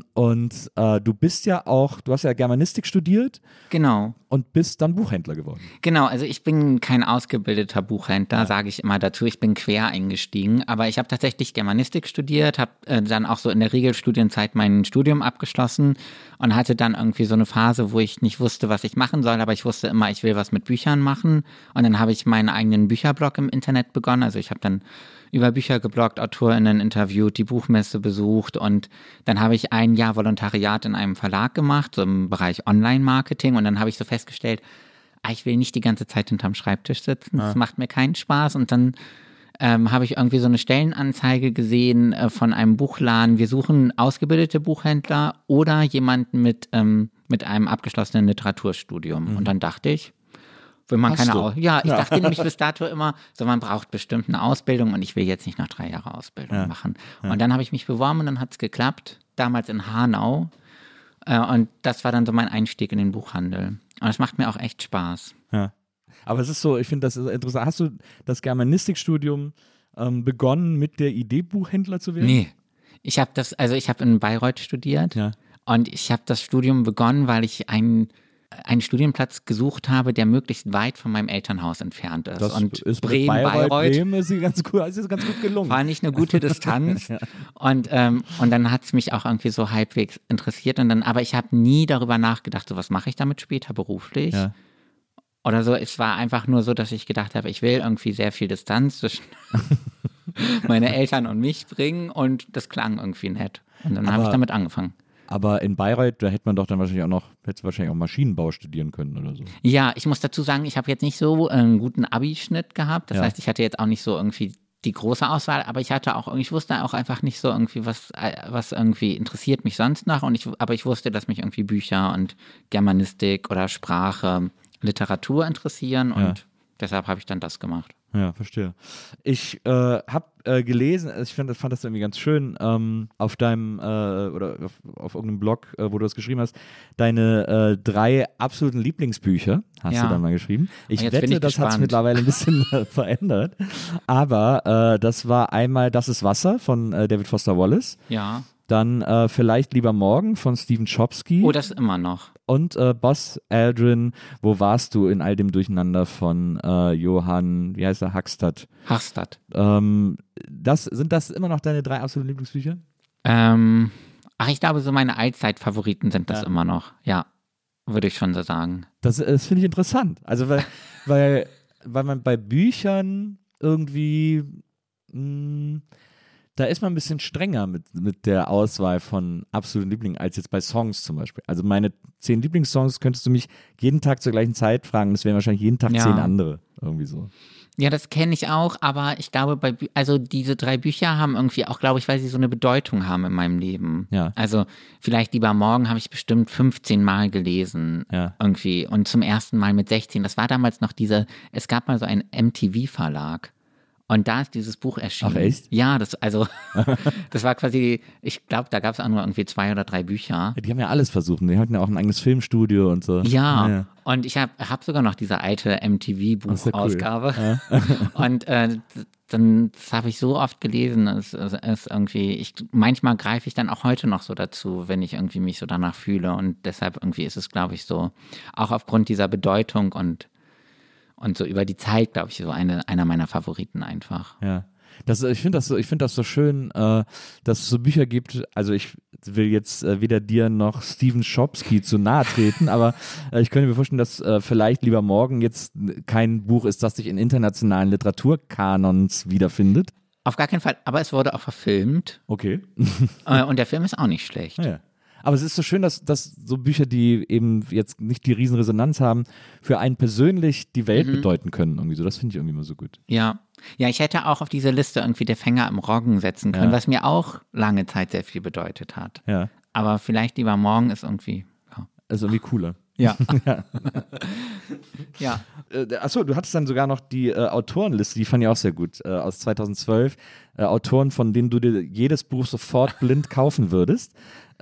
Du bist ja auch, du hast ja Germanistik studiert genau. und bist dann Buchhändler geworden. Genau, also ich bin kein ausgebildeter Buchhändler, sage ich immer dazu. Ich bin quer eingestiegen, aber ich habe tatsächlich Germanistik studiert, habe dann auch so in der Regelstudienzeit mein Studium abgeschlossen und hatte dann irgendwie so eine Phase, wo ich nicht wusste, was ich machen soll, aber ich wusste immer, ich will was mit Büchern machen. Und dann habe ich meinen eigenen Bücherblog im Internet begonnen. Also ich habe dann über Bücher gebloggt, AutorInnen interviewt, die Buchmesse besucht und dann habe ich ein Jahr Volontariat in einem Verlag gemacht, so im Bereich Online-Marketing und dann habe ich so festgestellt, ich will nicht die ganze Zeit hinterm Schreibtisch sitzen, das macht mir keinen Spaß und dann habe ich irgendwie so eine Stellenanzeige gesehen von einem Buchladen, wir suchen ausgebildete Buchhändler oder jemanden mit einem abgeschlossenen Literaturstudium und dann dachte ich, wenn man Hast du? ich dachte nämlich bis dato immer, so man braucht bestimmt eine Ausbildung und ich will jetzt nicht noch 3 Jahre Ausbildung machen. Und dann habe ich mich beworben und dann hat es geklappt, damals in Hanau. Und das war dann so mein Einstieg in den Buchhandel. Und es macht mir auch echt Spaß. Ja. Aber es ist so, ich finde das ist interessant. Hast du das Germanistikstudium begonnen mit der Idee, Buchhändler zu werden? Nee. Ich habe in Bayreuth studiert Ja. und ich habe das Studium begonnen, weil ich einen Studienplatz gesucht habe, der möglichst weit von meinem Elternhaus entfernt ist. Das und ist Bremen, mit Bayreuth Bremen ist sie ganz gut gelungen. war nicht eine gute Distanz. Und dann hat es mich auch irgendwie so halbwegs interessiert. Aber ich habe nie darüber nachgedacht, so was mache ich damit später beruflich? Ja. Oder so. Es war einfach nur so, dass ich gedacht habe, ich will irgendwie sehr viel Distanz zwischen meine Eltern und mich bringen und das klang irgendwie nett. Und dann habe ich damit angefangen. Aber in Bayreuth, da hätte man doch dann wahrscheinlich auch Maschinenbau studieren können oder so. Ja, ich muss dazu sagen, ich habe jetzt nicht so einen guten Abischnitt gehabt. Das heißt, ich hatte jetzt auch nicht so irgendwie die große Auswahl, aber ich wusste auch einfach nicht so irgendwie, was irgendwie interessiert mich sonst noch. Aber ich wusste, dass mich irgendwie Bücher und Germanistik oder Sprache, Literatur interessieren und deshalb habe ich dann das gemacht. Ja, verstehe. Ich habe gelesen, also ich fand das irgendwie ganz schön, auf deinem oder auf irgendeinem Blog, wo du das geschrieben hast, deine 3 absoluten Lieblingsbücher hast du dann mal geschrieben. Ich Jetzt wette, bin ich das hat sich gespannt. mittlerweile ein bisschen verändert. Aber das war einmal Das ist Wasser von David Foster Wallace, Ja. dann Vielleicht lieber morgen von Stephen Chbosky. Oh, das immer noch. Und Buzz Aldrin, Wo warst du in all dem Durcheinander von Johann, wie heißt er, Hagstad. Hachstadt. Sind das immer noch deine 3 absoluten Lieblingsbücher? Ich glaube, so meine Allzeit-Favoriten sind das immer noch. Ja, würde ich schon so sagen. Das finde ich interessant. Also weil man bei Büchern irgendwie da ist man ein bisschen strenger mit der Auswahl von absoluten Lieblingen als jetzt bei Songs zum Beispiel. Also meine 10 Lieblingssongs könntest du mich jeden Tag zur gleichen Zeit fragen. Das wären wahrscheinlich jeden Tag 10 andere. Irgendwie so. Ja, das kenne ich auch, aber ich glaube, also diese 3 Bücher haben irgendwie auch, glaube ich, weil sie so eine Bedeutung haben in meinem Leben. Ja. Also vielleicht lieber morgen habe ich bestimmt 15 Mal gelesen irgendwie und zum ersten Mal mit 16. Das war damals noch es gab mal so einen MTV-Verlag. Und da ist dieses Buch erschienen. Ach echt? Ja, das war quasi, ich glaube, da gab es auch nur irgendwie 2 oder 3 Bücher. Die haben ja alles versucht. Die hatten ja auch ein eigenes Filmstudio und so. Ja. Und ich hab sogar noch diese alte MTV-Buchausgabe. Cool. Und dann das habe ich so oft gelesen. Manchmal greife ich dann auch heute noch so dazu, wenn ich irgendwie mich so danach fühle. Und deshalb irgendwie ist es, glaube ich, so, auch aufgrund dieser Bedeutung und so über die Zeit, glaube ich, so einer meiner Favoriten einfach. Ja. Ich finde das so schön, dass es so Bücher gibt. Also ich will jetzt weder dir noch Stephen Chbosky zu nahe treten, aber ich könnte mir vorstellen, dass Vielleicht lieber morgen jetzt kein Buch ist, das sich in internationalen Literaturkanons wiederfindet. Auf gar keinen Fall, aber es wurde auch verfilmt. Okay. Und der Film ist auch nicht schlecht. Ja. Aber es ist so schön, dass so Bücher, die eben jetzt nicht die Riesenresonanz haben, für einen persönlich die Welt bedeuten können. Irgendwie so. Das finde ich irgendwie immer so gut. Ja. Ja, ich hätte auch auf diese Liste irgendwie Der Fänger im Roggen setzen können, was mir auch lange Zeit sehr viel bedeutet hat. Ja. Aber Vielleicht lieber morgen ist irgendwie, Das ist irgendwie cooler. Ja. Ja. Achso, du hattest dann sogar noch die Autorenliste, die fand ich auch sehr gut, aus 2012. Autoren, von denen du dir jedes Buch sofort blind kaufen würdest.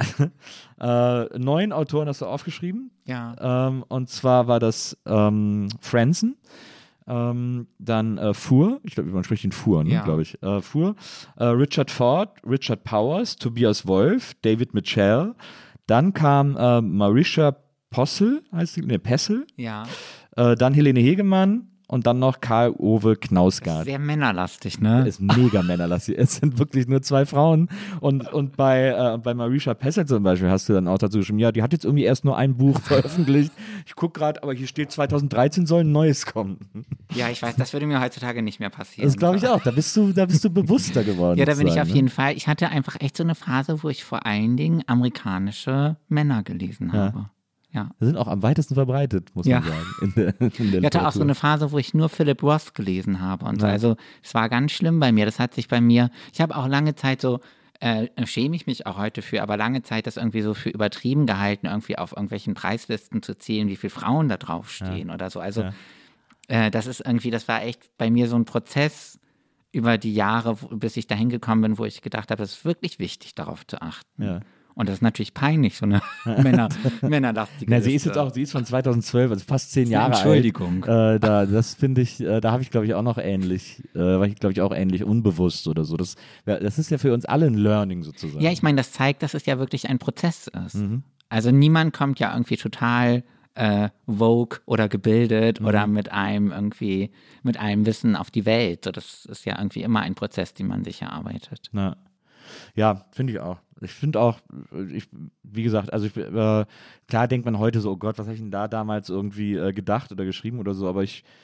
9 Autoren hast du aufgeschrieben. Ja. Und zwar war das Franzen, dann Fuhr, ich glaube, man spricht ihn Fuhr, ne, glaube ich. Fuhr, Richard Ford, Richard Powers, Tobias Wolff, David Mitchell. Dann kam Marisha Possel, Pessel. Ja. Dann Helene Hegemann und dann noch Karl-Ove Knausgard. Sehr männerlastig, ne? Ist mega männerlastig. Es sind wirklich nur 2 Frauen. Und bei Marisha Pessel zum Beispiel hast du dann auch dazu geschrieben, ja, die hat jetzt irgendwie erst nur ein Buch veröffentlicht. Ich gucke gerade, aber hier steht 2013 soll ein neues kommen. Ja, ich weiß, das würde mir heutzutage nicht mehr passieren. Das glaube ich auch. Da bist du bewusster geworden. Ja, da bin ich sozusagen, auf jeden Fall. Ich hatte einfach echt so eine Phase, wo ich vor allen Dingen amerikanische Männer gelesen habe. Ja. Die sind auch am weitesten verbreitet, muss man sagen. In der ich hatte auch so eine Phase, wo ich nur Philip Roth gelesen habe und so. Also es war ganz schlimm bei mir. Das hat sich bei mir, ich habe auch lange Zeit so, schäme ich mich auch heute für, aber lange Zeit das irgendwie so für übertrieben gehalten, irgendwie auf irgendwelchen Preislisten zu zählen, wie viele Frauen da draufstehen oder so. Also das war echt bei mir so ein Prozess über die Jahre, bis ich dahin gekommen bin, wo ich gedacht habe, es ist wirklich wichtig, darauf zu achten. Ja. Und das ist natürlich peinlich, so eine männerlastige sie ist jetzt auch, sie ist von 2012, also fast 10 Jahre Entschuldigung. alt. Das finde ich, da habe ich glaube ich auch noch ähnlich, war ich glaube ich auch ähnlich unbewusst oder so. Das ist ja für uns alle ein Learning sozusagen. Ja, ich meine, das zeigt, dass es ja wirklich ein Prozess ist. Also niemand kommt ja irgendwie total vogue oder gebildet oder mit einem Wissen auf die Welt. So, das ist ja irgendwie immer ein Prozess, den man sich erarbeitet. Ja, finde ich auch. Ich finde auch, wie gesagt, also klar denkt man heute so, oh Gott, was habe ich denn da damals irgendwie gedacht oder geschrieben oder so, aber ich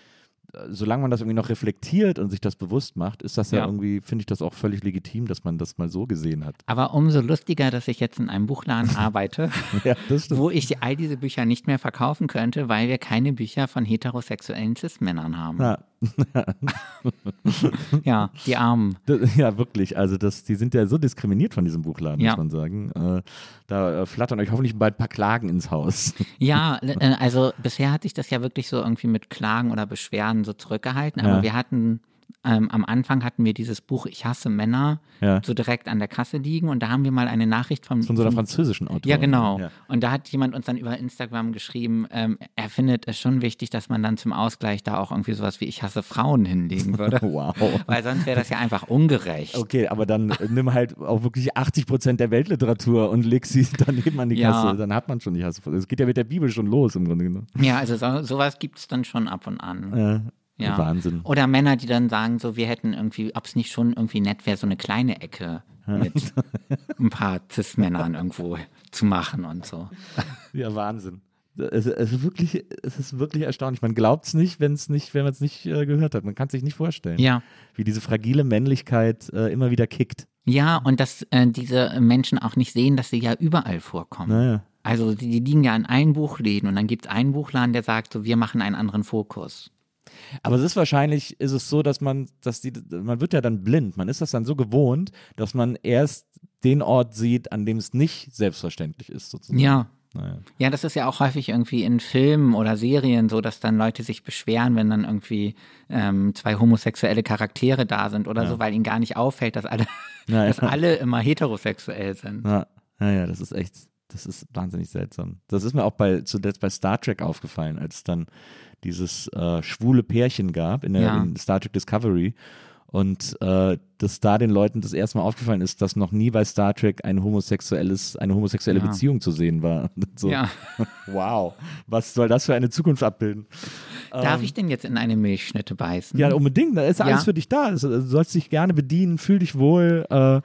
solange man das irgendwie noch reflektiert und sich das bewusst macht, ist das ja Ja. irgendwie, finde ich das auch völlig legitim, dass man das mal so gesehen hat. Aber umso lustiger, dass ich jetzt in einem Buchladen arbeite, Ja, das stimmt. wo ich all diese Bücher nicht mehr verkaufen könnte, weil wir keine Bücher von heterosexuellen Cis-Männern haben. Ja. Ja, die Armen. Ja, wirklich. Also die sind ja so diskriminiert von diesem Buchladen, Ja. muss man sagen. Da flattern euch hoffentlich bald ein paar Klagen ins Haus. Ja, also bisher hat sich das ja wirklich so irgendwie mit Klagen oder Beschwerden so zurückgehalten, aber Ja. wir hatten am Anfang hatten wir dieses Buch Ich hasse Männer Ja. so direkt an der Kasse liegen und da haben wir mal eine Nachricht von Von so einer französischen Autorin. Ja, genau. Ja. Und da hat jemand uns dann über Instagram geschrieben, er findet es schon wichtig, dass man dann zum Ausgleich da auch irgendwie sowas wie Ich hasse Frauen hinlegen würde. Wow. Weil sonst wäre das ja einfach ungerecht. Okay, aber dann nimm halt auch wirklich 80% der Weltliteratur und leg sie daneben an die Ja. Kasse. Dann hat man schon die Hasse. Es geht ja mit der Bibel schon los im Grunde genommen. Ja, also sowas gibt es dann schon ab und an. Ja. Wahnsinn. Oder Männer, die dann sagen, so wir hätten irgendwie, ob es nicht schon irgendwie nett wäre, so eine kleine Ecke mit ein paar Cis-Männern irgendwo zu machen und so. Ja, Wahnsinn. Es ist wirklich erstaunlich. Man glaubt es nicht, wenn man es nicht gehört hat. Man kann es sich nicht vorstellen, Ja. wie diese fragile Männlichkeit immer wieder kickt. Ja, und dass diese Menschen auch nicht sehen, dass sie ja überall vorkommen. Naja. Also die liegen ja an allen Buchläden und dann gibt es einen Buchladen, der sagt so, wir machen einen anderen Fokus. Aber ist es so, dass man wird ja dann blind. Man ist das dann so gewohnt, dass man erst den Ort sieht, an dem es nicht selbstverständlich ist, sozusagen. Ja. Naja. Ja, das ist ja auch häufig irgendwie in Filmen oder Serien so, dass dann Leute sich beschweren, wenn dann irgendwie zwei homosexuelle Charaktere da sind oder so, weil ihnen gar nicht auffällt, dass alle, Ja, dass ja. alle immer heterosexuell sind. Ja, das ist wahnsinnig seltsam. Das ist mir auch zuletzt bei Star Trek aufgefallen, als es dann dieses schwule Pärchen gab in Star Trek Discovery und dass da den Leuten das erste Mal aufgefallen ist, dass noch nie bei Star Trek eine homosexuelle Ja. Beziehung zu sehen war. So. Ja. Wow, was soll das für eine Zukunft abbilden? Darf ich denn jetzt in eine Milchschnitte beißen? Ja, unbedingt, da ist alles Ja. für dich da. Du sollst dich gerne bedienen, fühl dich wohl,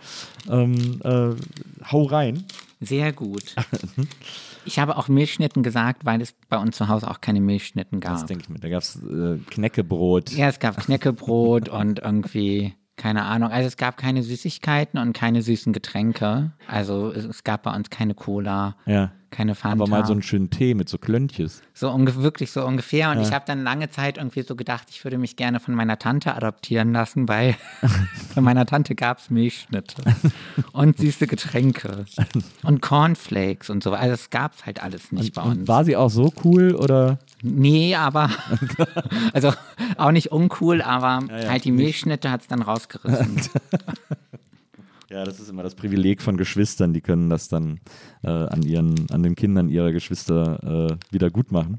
hau rein. Sehr gut. Ich habe auch Milchschnitten gesagt, weil es bei uns zu Hause auch keine Milchschnitten Das gab. denke ich mir. Da gab es Knäckebrot. Ja, es gab Knäckebrot und irgendwie, keine Ahnung, also es gab keine Süßigkeiten und keine süßen Getränke. Also es gab bei uns keine Cola, Ja. keine Fanta. Aber mal so einen schönen Tee mit so Klöntjes. Wirklich so ungefähr. Und ich habe dann lange Zeit irgendwie so gedacht, ich würde mich gerne von meiner Tante adoptieren lassen, weil von meiner Tante gab es Milchschnitte und süße Getränke und Cornflakes und so. Also es gab es halt alles nicht bei Und uns. war sie auch so cool oder? Nee, aber, also auch nicht uncool, aber halt die Milchschnitte hat es dann rausgerissen. Ja, das ist immer das Privileg von Geschwistern, die können das dann an den Kindern ihrer Geschwister wieder gut machen.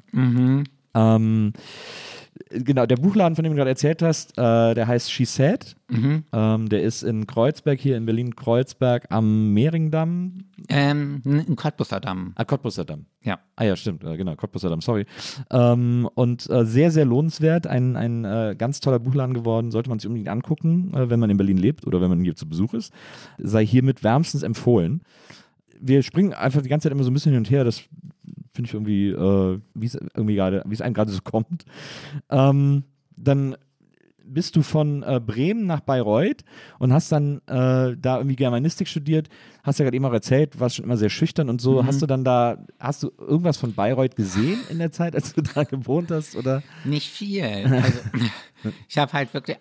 Genau, der Buchladen, von dem du gerade erzählt hast, der heißt She Said. Der ist in Kreuzberg, hier in Berlin-Kreuzberg am Mehringdamm. Ein Cottbusser Damm. Cottbusser Damm. Ja. Ah ja, stimmt, genau, Cottbusser Damm, sorry. Und sehr, sehr lohnenswert, ein ganz toller Buchladen geworden, sollte man sich unbedingt angucken, wenn man in Berlin lebt oder wenn man hier zu Besuch ist. Sei hiermit wärmstens empfohlen. Wir springen einfach die ganze Zeit immer so ein bisschen hin und her, das finde ich irgendwie, wie es einem gerade so kommt. Dann bist du von Bremen nach Bayreuth und hast dann da irgendwie Germanistik studiert, hast ja gerade eben auch erzählt, warst schon immer sehr schüchtern und so. Hast du irgendwas von Bayreuth gesehen in der Zeit, als du da gewohnt hast, oder? Nicht viel. Also, ich habe halt wirklich,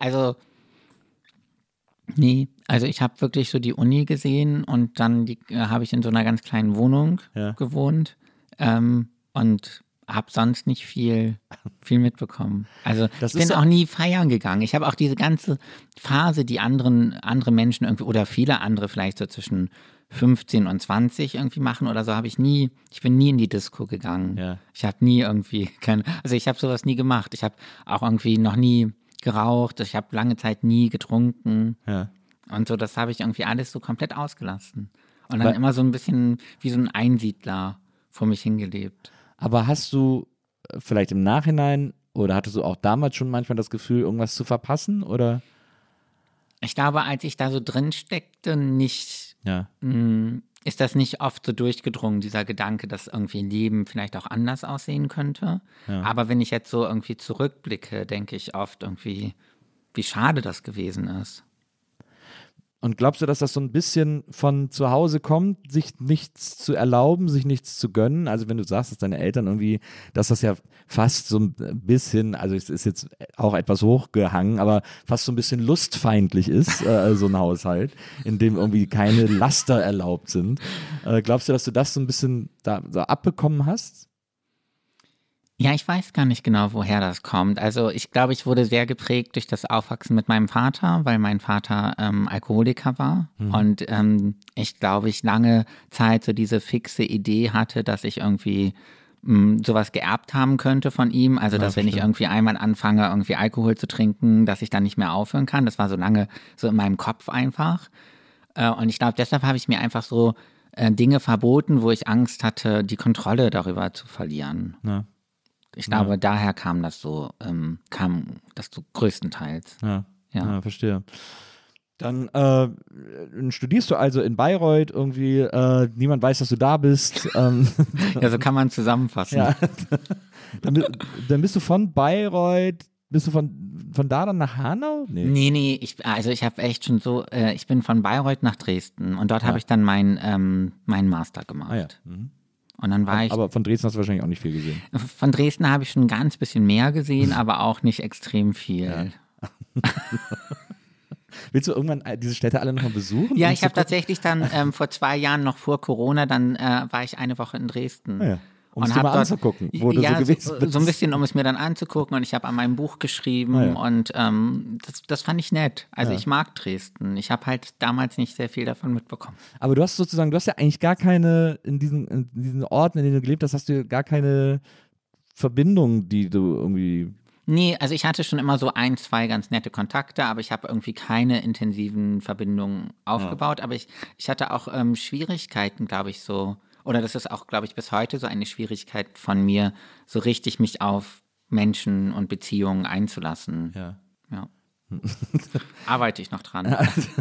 nee, also ich habe wirklich so die Uni gesehen und dann habe ich in so einer ganz kleinen Wohnung gewohnt und habe sonst nicht viel mitbekommen. Also Das ich ist bin auch nie feiern gegangen. Ich habe auch diese ganze Phase, die andere Menschen irgendwie oder viele andere vielleicht so zwischen 15 und 20 irgendwie machen oder so, ich bin nie in die Disco gegangen. Ja. Ich habe nie irgendwie ich habe sowas nie gemacht. Ich habe auch irgendwie noch nie geraucht, ich habe lange Zeit nie getrunken Ja. und so, das habe ich irgendwie alles so komplett ausgelassen. Und dann immer so ein bisschen wie so ein Einsiedler vor mich hingelebt. Aber hast du vielleicht im Nachhinein oder hattest du auch damals schon manchmal das Gefühl, irgendwas zu verpassen, oder? Ich glaube, als ich da so drin steckte, nicht. Ja. ist das nicht oft so durchgedrungen, dieser Gedanke, dass irgendwie Leben vielleicht auch anders aussehen könnte. Aber wenn ich jetzt so irgendwie zurückblicke, denke ich oft irgendwie, wie schade das gewesen ist. Und glaubst du, dass das so ein bisschen von zu Hause kommt, sich nichts zu erlauben, sich nichts zu gönnen? Also wenn du sagst, dass deine Eltern irgendwie, dass das ja fast so ein bisschen, also es ist jetzt auch etwas hochgehangen, aber fast so ein bisschen lustfeindlich ist, so ein Haushalt, in dem irgendwie keine Laster erlaubt sind. Glaubst du, dass du das so ein bisschen da so abbekommen hast? Ja, ich weiß gar nicht genau, woher das kommt. Also ich glaube, ich wurde sehr geprägt durch das Aufwachsen mit meinem Vater, weil mein Vater Alkoholiker war. Und ich glaube, ich lange Zeit so diese fixe Idee hatte, dass ich irgendwie sowas geerbt haben könnte von ihm. Also dass wenn ich irgendwie einmal anfange, irgendwie Alkohol zu trinken, dass ich dann nicht mehr aufhören kann. Das war so lange so in meinem Kopf einfach. Und ich glaube, deshalb habe ich mir einfach so Dinge verboten, wo ich Angst hatte, die Kontrolle darüber zu verlieren. Ja. Ich glaube, daher kam das so größtenteils. Ja, verstehe. Dann studierst du also in Bayreuth irgendwie, niemand weiß, dass du da bist. Ja, so kann man zusammenfassen. Ja. Dann bist du von Bayreuth, bist du von da dann nach Hanau? Nee, ich habe echt schon so, ich bin von Bayreuth nach Dresden und dort habe ich dann meinen Master gemacht. Ah ja. Mhm. Und dann war Aber von Dresden hast du wahrscheinlich auch nicht viel gesehen. Von Dresden habe ich schon ein ganz bisschen mehr gesehen, aber auch nicht extrem viel. Ja. Willst du irgendwann diese Städte alle nochmal besuchen? Ja, ich habe tatsächlich dann vor 2 Jahren, noch vor Corona, dann war ich eine Woche in Dresden. Ah ja. Um es und dir mal dort, anzugucken, wo du so gewesen bist. So ein bisschen, um es mir dann anzugucken, und ich habe an meinem Buch geschrieben und das fand ich nett. Also ich mag Dresden. Ich habe halt damals nicht sehr viel davon mitbekommen. Aber du hast ja eigentlich gar keine, in diesen Orten, in denen du gelebt hast, hast du gar keine Verbindung, die du irgendwie... Nee, also ich hatte schon immer so 1, 2 ganz nette Kontakte, aber ich habe irgendwie keine intensiven Verbindungen aufgebaut. Aber ich hatte auch Schwierigkeiten, glaube ich, so... Oder das ist auch, glaube ich, bis heute so eine Schwierigkeit von mir, so richtig mich auf Menschen und Beziehungen einzulassen. Ja. Arbeite ich noch dran.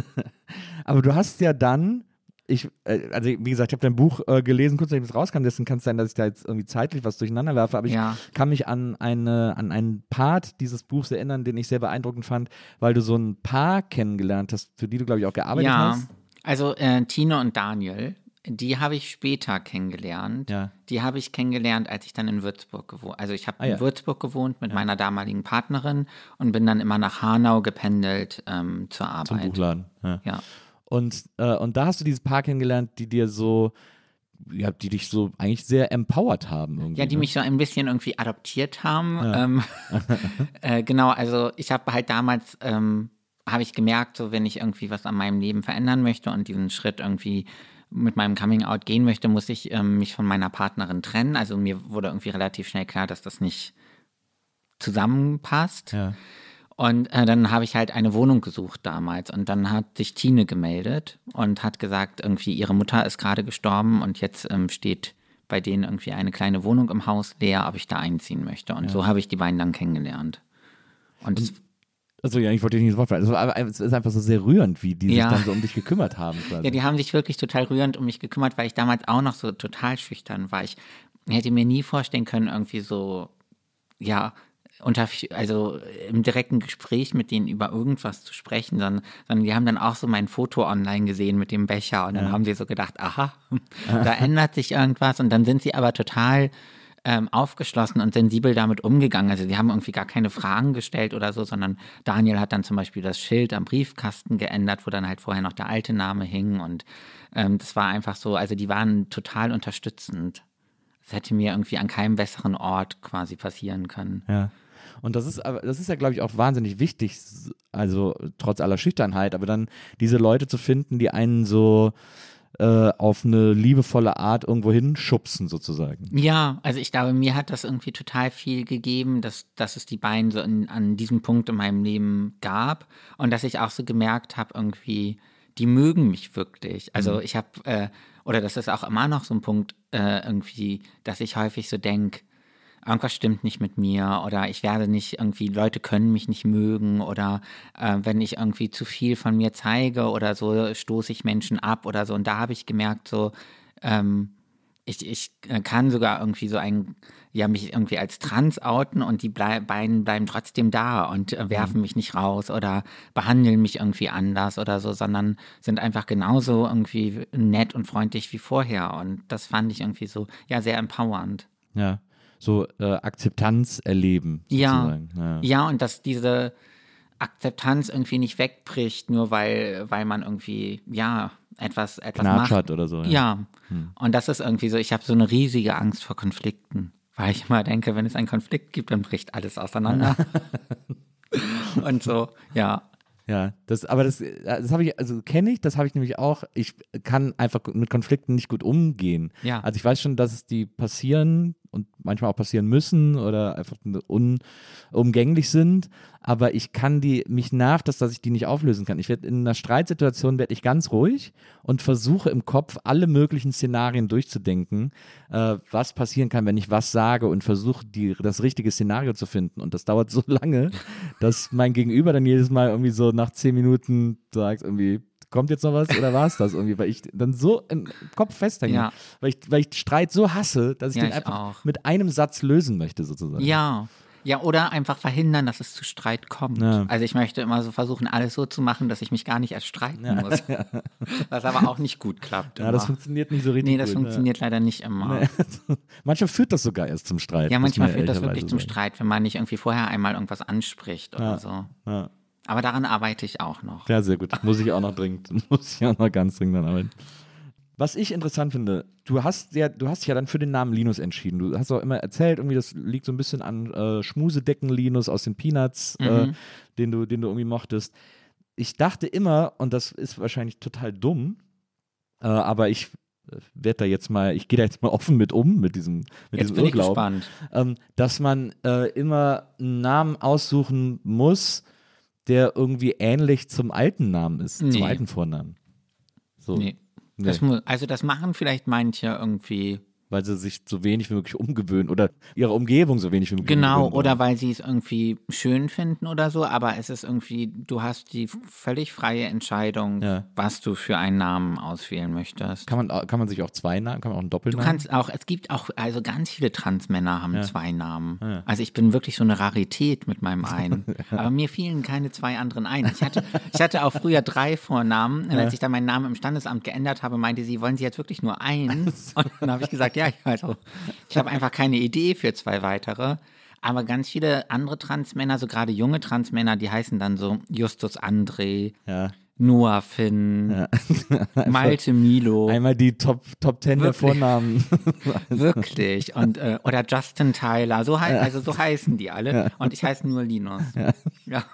Aber du hast ja dann, also wie gesagt, ich habe dein Buch gelesen, kurz nachdem es rauskam, deswegen kann es sein, dass ich da jetzt irgendwie zeitlich was durcheinander werfe, aber ich kann mich an einen Part dieses Buchs erinnern, den ich sehr beeindruckend fand, weil du so ein Paar kennengelernt hast, für die du, glaube ich, auch gearbeitet hast. Also Tine und Daniel. Die habe ich später kennengelernt. Ja. Die habe ich kennengelernt, als ich dann in Würzburg gewohnt habe. Also ich habe in Würzburg gewohnt mit meiner damaligen Partnerin und bin dann immer nach Hanau gependelt zur Arbeit. Zum Buchladen. Ja. Und da hast du dieses Paar kennengelernt, die dir so, die dich so eigentlich sehr empowert haben. Irgendwie, ja, die mich so ein bisschen irgendwie adoptiert haben. Ja. Genau, also ich habe halt damals, habe ich gemerkt, so wenn ich irgendwie was an meinem Leben verändern möchte und diesen Schritt irgendwie mit meinem Coming-out gehen möchte, muss ich mich von meiner Partnerin trennen. Also mir wurde irgendwie relativ schnell klar, dass das nicht zusammenpasst. Ja. Und dann habe ich halt eine Wohnung gesucht damals. Und dann hat sich Tine gemeldet und hat gesagt, irgendwie ihre Mutter ist gerade gestorben und jetzt steht bei denen irgendwie eine kleine Wohnung im Haus leer, ob ich da einziehen möchte. Und so habe ich die beiden dann kennengelernt. Und also ja, ich wollte dich nicht das Wort fallen. Aber es ist einfach so sehr rührend, wie die sich dann so um dich gekümmert haben. Quasi. Ja, die haben sich wirklich total rührend um mich gekümmert, weil ich damals auch noch so total schüchtern war. Ich hätte mir nie vorstellen können, irgendwie so, also im direkten Gespräch mit denen über irgendwas zu sprechen, sondern die haben dann auch so mein Foto online gesehen mit dem Becher und dann haben sie so gedacht, aha, da ändert sich irgendwas, und dann sind sie aber total aufgeschlossen und sensibel damit umgegangen. Also die haben irgendwie gar keine Fragen gestellt oder so, sondern Daniel hat dann zum Beispiel das Schild am Briefkasten geändert, wo dann halt vorher noch der alte Name hing, und das war einfach so, also die waren total unterstützend. Das hätte mir irgendwie an keinem besseren Ort quasi passieren können. Ja. Und das ist ja, glaube ich, auch wahnsinnig wichtig, also trotz aller Schüchternheit, aber dann diese Leute zu finden, die einen so auf eine liebevolle Art irgendwo hinschubsen sozusagen. Ja, also ich glaube, mir hat das irgendwie total viel gegeben, dass es die beiden so an diesem Punkt in meinem Leben gab, und dass ich auch so gemerkt habe, irgendwie, die mögen mich wirklich. Also ich habe, oder das ist auch immer noch so ein Punkt irgendwie, dass ich häufig so denke, irgendwas stimmt nicht mit mir oder ich werde nicht irgendwie, Leute können mich nicht mögen oder wenn ich irgendwie zu viel von mir zeige oder so, stoße ich Menschen ab oder so. Und da habe ich gemerkt, so, ich kann sogar irgendwie mich irgendwie als trans outen und die beiden bleiben trotzdem da und werfen mich nicht raus oder behandeln mich irgendwie anders oder so, sondern sind einfach genauso irgendwie nett und freundlich wie vorher. Und das fand ich irgendwie so, ja, sehr empowernd. Ja, so Akzeptanz erleben. Ja, sozusagen. ja, und dass diese Akzeptanz irgendwie nicht wegbricht, nur weil man irgendwie, ja, etwas Knatsch macht. hat oder so. Ja, und das ist irgendwie so, ich habe so eine riesige Angst vor Konflikten, weil ich immer denke, wenn es einen Konflikt gibt, dann bricht alles auseinander. Und so, ja. Ja, das habe ich, also kenne ich, das habe ich nämlich auch. Ich kann einfach mit Konflikten nicht gut umgehen. Ja. Also ich weiß schon, dass die passieren und manchmal auch passieren müssen oder einfach unumgänglich sind, aber ich kann mich nervt das, dass ich die nicht auflösen kann. In einer Streitsituation werde ich ganz ruhig und versuche im Kopf alle möglichen Szenarien durchzudenken, was passieren kann, wenn ich was sage und versuche das richtige Szenario zu finden. Und das dauert so lange, dass mein Gegenüber dann jedes Mal irgendwie so nach 10 Minuten sagt irgendwie, kommt jetzt noch was oder war es das irgendwie? Weil ich dann so im Kopf festhänge, Ja. weil ich Streit so hasse, dass ich Ja, den ich einfach auch. mit einem Satz lösen möchte sozusagen. Ja. Ja, oder einfach verhindern, dass es zu Streit kommt. Ja. Also ich möchte immer so versuchen, alles so zu machen, dass ich mich gar nicht erst streiten muss. Was aber auch nicht gut klappt. Ja, das immer. funktioniert nicht so richtig Nee, das gut. funktioniert leider nicht immer. Manchmal führt das sogar erst zum Streit. Ja, muss manchmal man führt das wirklich ehrlicherweise zum sagen. Streit, wenn man nicht irgendwie vorher einmal irgendwas anspricht oder so. Ja. Aber daran arbeite ich auch noch. Ja, sehr gut. Muss ich auch noch ganz dringend dann arbeiten. Was ich interessant finde, du hast dich ja dann für den Namen Linus entschieden. Du hast auch immer erzählt, irgendwie das liegt so ein bisschen an Schmusedecken Linus aus den Peanuts, den du irgendwie mochtest. Ich dachte immer, und das ist wahrscheinlich total dumm, aber ich gehe da jetzt mal offen mit diesem Jetzt bin ich Irrglauben, gespannt. dass man immer einen Namen aussuchen muss, der irgendwie ähnlich zum alten Namen ist, zum Nee. alten Vornamen. So. Nee. Nee. Das machen vielleicht manche irgendwie. Weil sie sich so wenig wie möglich umgewöhnen oder ihre Umgebung so wenig wie möglich Genau, umgewöhnen oder wollen. weil sie es irgendwie schön finden oder so, aber es ist irgendwie, du hast die völlig freie Entscheidung, Ja. was du für einen Namen auswählen möchtest. Kann man sich auch zwei Namen, kann man auch einen Du Doppelnamen? kannst auch, es gibt auch, also ganz viele Transmänner haben Ja. zwei Namen. Ja. Also ich bin wirklich so eine Rarität mit meinem einen. Aber mir fielen keine zwei anderen ein. Ich hatte auch früher 3 Vornamen. Und als ich dann meinen Namen im Standesamt geändert habe, meinte sie, wollen Sie jetzt wirklich nur einen? Und dann habe ich gesagt, ja, ich habe einfach keine Idee für 2 weitere. Aber ganz viele andere Transmänner, so gerade junge Transmänner, die heißen dann so Justus André, Ja. Noah Finn, Malte Milo. Einmal die Top 10 der Wirklich? Vornamen. Wirklich. Und, oder Justin Tyler. So heißen die alle. Und ich heiße nur Linus. Ja.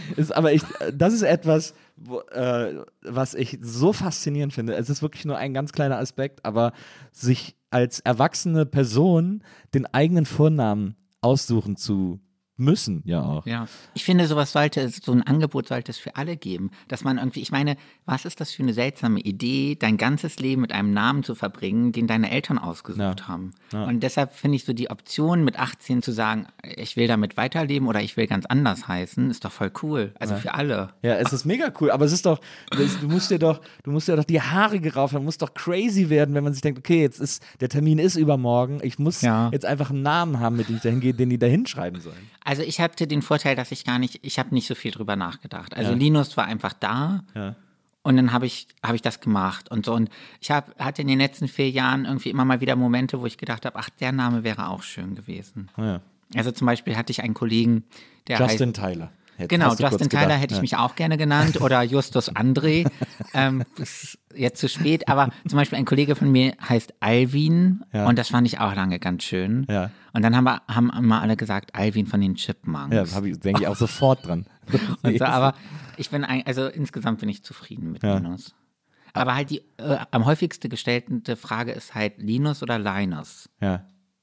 Das ist etwas, was ich so faszinierend finde. Es ist wirklich nur ein ganz kleiner Aspekt, aber sich als erwachsene Person den eigenen Vornamen aussuchen zu müssen, ja auch. Ja. Ich finde, so ein Angebot sollte es für alle geben. Dass man irgendwie, ich meine, was ist das für eine seltsame Idee, dein ganzes Leben mit einem Namen zu verbringen, den deine Eltern ausgesucht haben. Und deshalb finde ich so die Option mit 18 zu sagen, ich will damit weiterleben oder ich will ganz anders heißen, ist doch voll cool. Also für alle. Ja, es ist mega cool, aber es ist doch, du musst dir doch die Haare gerauft haben, muss doch crazy werden, wenn man sich denkt, okay, der Termin ist übermorgen, ich muss jetzt einfach einen Namen haben, mit dem ich dahin gehe, den die da hinschreiben sollen. Also ich hatte den Vorteil, dass ich habe nicht so viel drüber nachgedacht. Also Linus war einfach da und dann habe ich das gemacht und so. Und ich hatte in den letzten 4 Jahren irgendwie immer mal wieder Momente, wo ich gedacht habe, ach, der Name wäre auch schön gewesen. Ja. Also zum Beispiel hatte ich einen Kollegen, der Justin Tyler. Genau, Hast du kurz Justin Tyler gedacht. hätte ich mich auch gerne genannt oder Justus André. Ist jetzt zu spät, aber zum Beispiel ein Kollege von mir heißt Alvin und das fand ich auch lange ganz schön. Ja. Und dann haben immer alle gesagt, Alvin von den Chipmunks. Ja, denke ich auch sofort dran. Und so, aber insgesamt bin ich zufrieden mit Linus. Aber halt die am häufigsten gestellte Frage ist halt Linus oder Linus. Ja.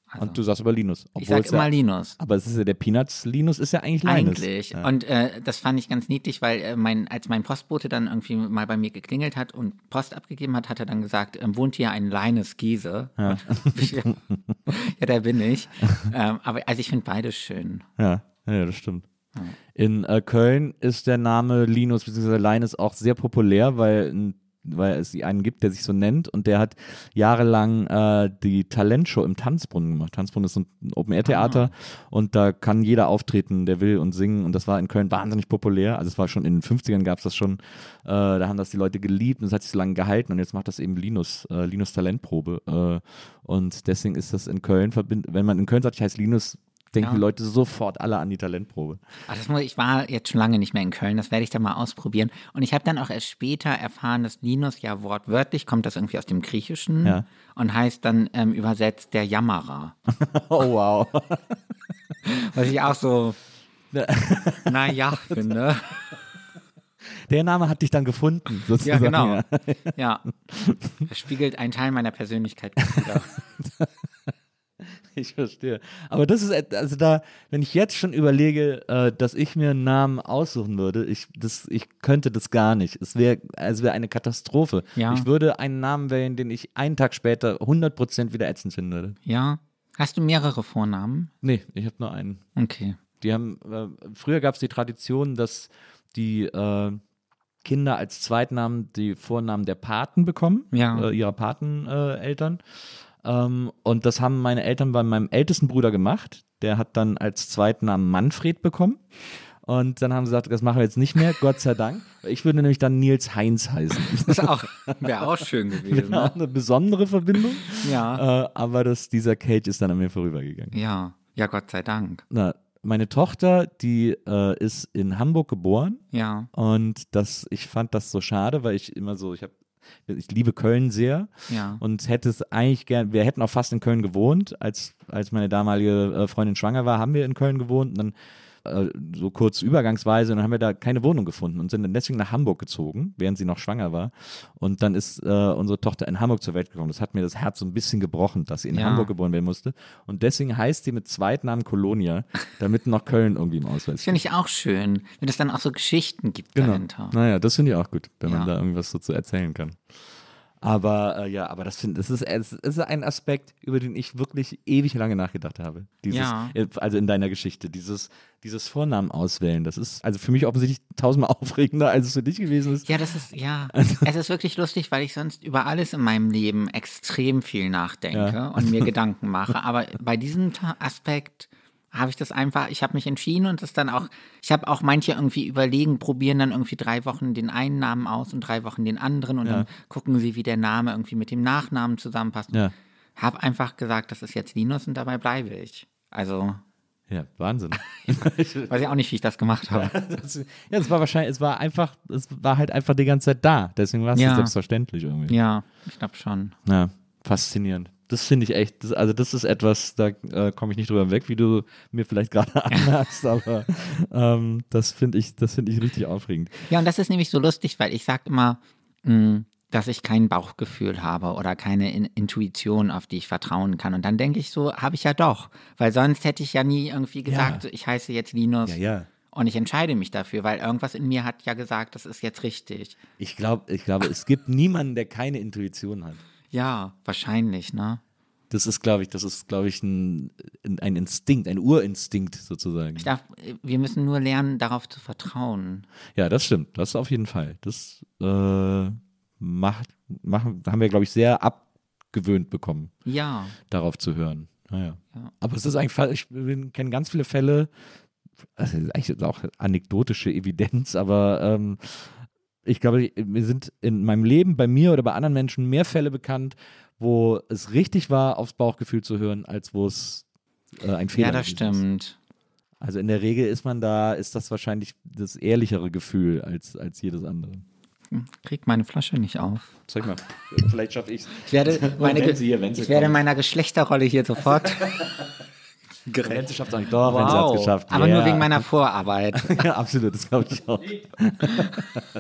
Also, Und du sagst aber Linus. ich sag es immer ja, Linus. Aber es ist ja der Peanuts, Linus ist ja eigentlich Linus. Eigentlich. Ja. Und das fand ich ganz niedlich, weil als mein Postbote dann irgendwie mal bei mir geklingelt hat und Post abgegeben hat, hat er dann gesagt, wohnt hier ein Linus Giese? Ja, ja, da bin ich. Aber also ich finde beides schön. Ja, das stimmt. In Köln ist der Name Linus bzw. Linus auch sehr populär, weil es einen gibt, der sich so nennt, und der hat jahrelang die Talentshow im Tanzbrunnen gemacht. Tanzbrunnen ist so ein Open-Air-Theater und da kann jeder auftreten, der will, und singen, und das war in Köln wahnsinnig populär. Also es war schon in den 50ern gab es das schon, da haben das die Leute geliebt und es hat sich so lange gehalten, und jetzt macht das eben Linus Talentprobe, und deswegen ist das in Köln wenn man in Köln sagt, ich heiße Linus, denken die Leute sofort alle an die Talentprobe. Ich war jetzt schon lange nicht mehr in Köln, das werde ich dann mal ausprobieren. Und ich habe dann auch erst später erfahren, dass Linus ja wortwörtlich, kommt das irgendwie aus dem Griechischen und heißt dann übersetzt der Jammerer. Oh wow. Was ich auch so, naja, finde. Der Name hat dich dann gefunden, Ja, sozusagen. genau. Ja. Das spiegelt einen Teil meiner Persönlichkeit wider. Ich verstehe. Aber das ist, also da, wenn ich jetzt schon überlege, dass ich mir einen Namen aussuchen würde, ich könnte das gar nicht. Es wäre eine Katastrophe. Ja. Ich würde einen Namen wählen, den ich einen Tag später 100% wieder ätzend finden würde. Ja. Hast du mehrere Vornamen? Nee, ich habe nur einen. Okay. Die haben, früher gab es die Tradition, dass die Kinder als Zweitnamen die Vornamen der Paten bekommen, ihrer Pateneltern. Und das haben meine Eltern bei meinem ältesten Bruder gemacht. Der hat dann als Zweitnamen Manfred bekommen. Und dann haben sie gesagt, das machen wir jetzt nicht mehr, Gott sei Dank. Ich würde nämlich dann Nils Heinz heißen. Das wäre auch schön gewesen. Wäre auch eine besondere Verbindung. Ja. Aber dieser Cage ist dann an mir vorübergegangen. Ja, Gott sei Dank. Meine Tochter, die ist in Hamburg geboren. Ja. Und ich fand das so schade, weil ich immer so, ich liebe Köln sehr und hätte es eigentlich gern, wir hätten auch fast in Köln gewohnt, als meine damalige Freundin schwanger war, haben wir in Köln gewohnt, und dann so kurz übergangsweise, und dann haben wir da keine Wohnung gefunden und sind dann deswegen nach Hamburg gezogen, während sie noch schwanger war, und dann ist unsere Tochter in Hamburg zur Welt gekommen. Das hat mir das Herz so ein bisschen gebrochen, dass sie in Hamburg geboren werden musste, und deswegen heißt sie mit Zweitnamen Kolonia, damit noch Köln irgendwie im Ausweis Das finde ich auch schön, wenn es dann auch so Geschichten gibt dahinter. Naja, das finde ich auch gut, wenn man da irgendwas so zu erzählen kann. Aber aber das ist ein Aspekt, über den ich wirklich ewig lange nachgedacht habe. Also in deiner Geschichte, dieses Vornamen auswählen, das ist also für mich offensichtlich 1000-mal aufregender, als es für dich gewesen ist. Ja, es ist wirklich lustig, weil ich sonst über alles in meinem Leben extrem viel nachdenke und mir Gedanken mache. Aber bei diesem Aspekt habe ich habe mich entschieden, und ich habe auch manche irgendwie probieren dann irgendwie 3 Wochen den einen Namen aus und 3 Wochen den anderen, und dann gucken sie, wie der Name irgendwie mit dem Nachnamen zusammenpasst. Ja. Habe einfach gesagt, das ist jetzt Linus, und dabei bleibe ich. Also. Ja, Wahnsinn. Weiß ich auch nicht, wie ich das gemacht habe. Es war halt einfach die ganze Zeit da. Deswegen war es selbstverständlich irgendwie. Ja, ich glaube schon. Ja, faszinierend. Das finde ich echt, das ist etwas, da komme ich nicht drüber weg, wie du mir vielleicht gerade anmerkst, aber das finde ich richtig aufregend. Ja, und das ist nämlich so lustig, weil ich sage immer, dass ich kein Bauchgefühl habe oder keine Intuition, auf die ich vertrauen kann. Und dann denke ich so, habe ich ja doch. Weil sonst hätte ich ja nie irgendwie gesagt, ich heiße jetzt Linus. Und ich entscheide mich dafür, weil irgendwas in mir hat ja gesagt, das ist jetzt richtig. Ich glaube, es gibt niemanden, der keine Intuition hat. Ja, wahrscheinlich, ne? Das ist, glaube ich, ein Instinkt, ein Urinstinkt sozusagen. Wir müssen nur lernen, darauf zu vertrauen. Ja, das stimmt. Das auf jeden Fall. Das haben wir, glaube ich, sehr abgewöhnt bekommen. Ja. Darauf zu hören. Naja. Ja. Aber es ist eigentlich, ich kenne ganz viele Fälle, also eigentlich auch anekdotische Evidenz, aber ich glaube, mir sind in meinem Leben, bei mir oder bei anderen Menschen, mehr Fälle bekannt, wo es richtig war, aufs Bauchgefühl zu hören, als wo es ein Fehler ist. Ja, das stimmt. Also in der Regel ist das wahrscheinlich das ehrlichere Gefühl als jedes andere. Krieg meine Flasche nicht auf. Zeig mal, vielleicht schaffe ich es. Ich werde meiner Geschlechterrolle hier sofort gerecht. Wenzel schafft es auch nicht. Doch, wow. Wenzel hat es geschafft. Aber nur wegen meiner Vorarbeit. Ja, absolut, das glaube ich auch.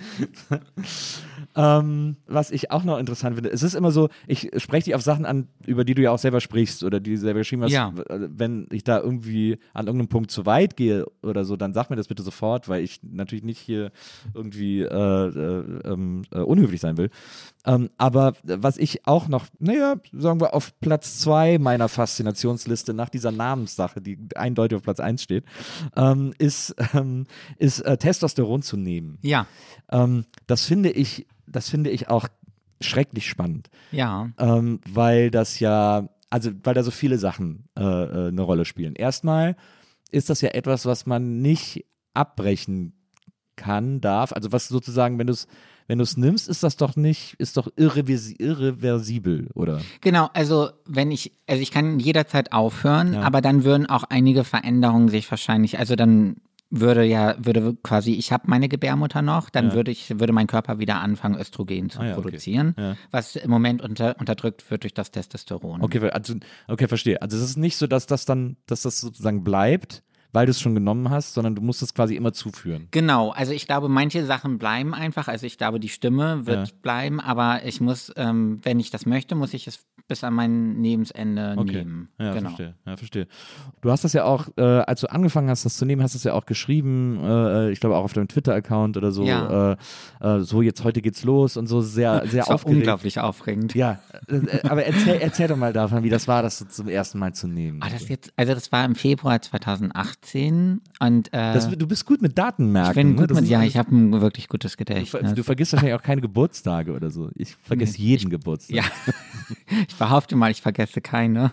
Was ich auch noch interessant finde, es ist immer so, ich spreche dich auf Sachen an, über die du ja auch selber sprichst oder die du selber geschrieben hast. Ja. Wenn ich da irgendwie an irgendeinem Punkt zu weit gehe oder so, dann sag mir das bitte sofort, weil ich natürlich nicht hier irgendwie unhöflich sein will. Aber was ich auch noch, sagen wir auf Platz 2 meiner Faszinationsliste nach dieser Namenssache, die eindeutig auf Platz 1 steht, ist Testosteron zu nehmen. Ja, Das finde ich auch schrecklich spannend, ja. weil weil da so viele Sachen eine Rolle spielen. Erstmal ist das ja etwas, was man nicht abbrechen darf. Also was sozusagen, wenn du es nimmst, ist doch irreversibel, oder? Genau, also ich kann jederzeit aufhören, aber dann würden auch einige Veränderungen sich wahrscheinlich, also dann würde quasi, ich habe meine Gebärmutter noch, dann würde mein Körper wieder anfangen, Östrogen zu produzieren, okay. Ja. was im Moment unterdrückt wird durch das Testosteron. Okay, verstehe. Also es ist nicht so, dass das sozusagen bleibt, weil du es schon genommen hast, sondern du musst es quasi immer zuführen. Genau, also ich glaube, manche Sachen bleiben einfach, also ich glaube, die Stimme wird bleiben, aber ich muss, wenn ich das möchte, muss ich es bis an mein Lebensende nehmen. Ja, genau. verstehe. Du hast das ja auch, als du angefangen hast, das zu nehmen, hast du es ja auch geschrieben, ich glaube auch auf deinem Twitter-Account oder so, so jetzt heute geht's los und so sehr, sehr Das war aufgeregt. unglaublich aufregend. Ja, aber erzähl doch mal davon, wie das war, das so zum ersten Mal zu nehmen. Das war im Februar 2018 und du bist gut mit Datenmerken. ich bin gut ich habe ein wirklich gutes Gedächtnis. Du vergisst wahrscheinlich auch keine Geburtstage oder so. Ich vergesse jeden Geburtstag. Ja, ich behaupte mal, ich vergesse keine.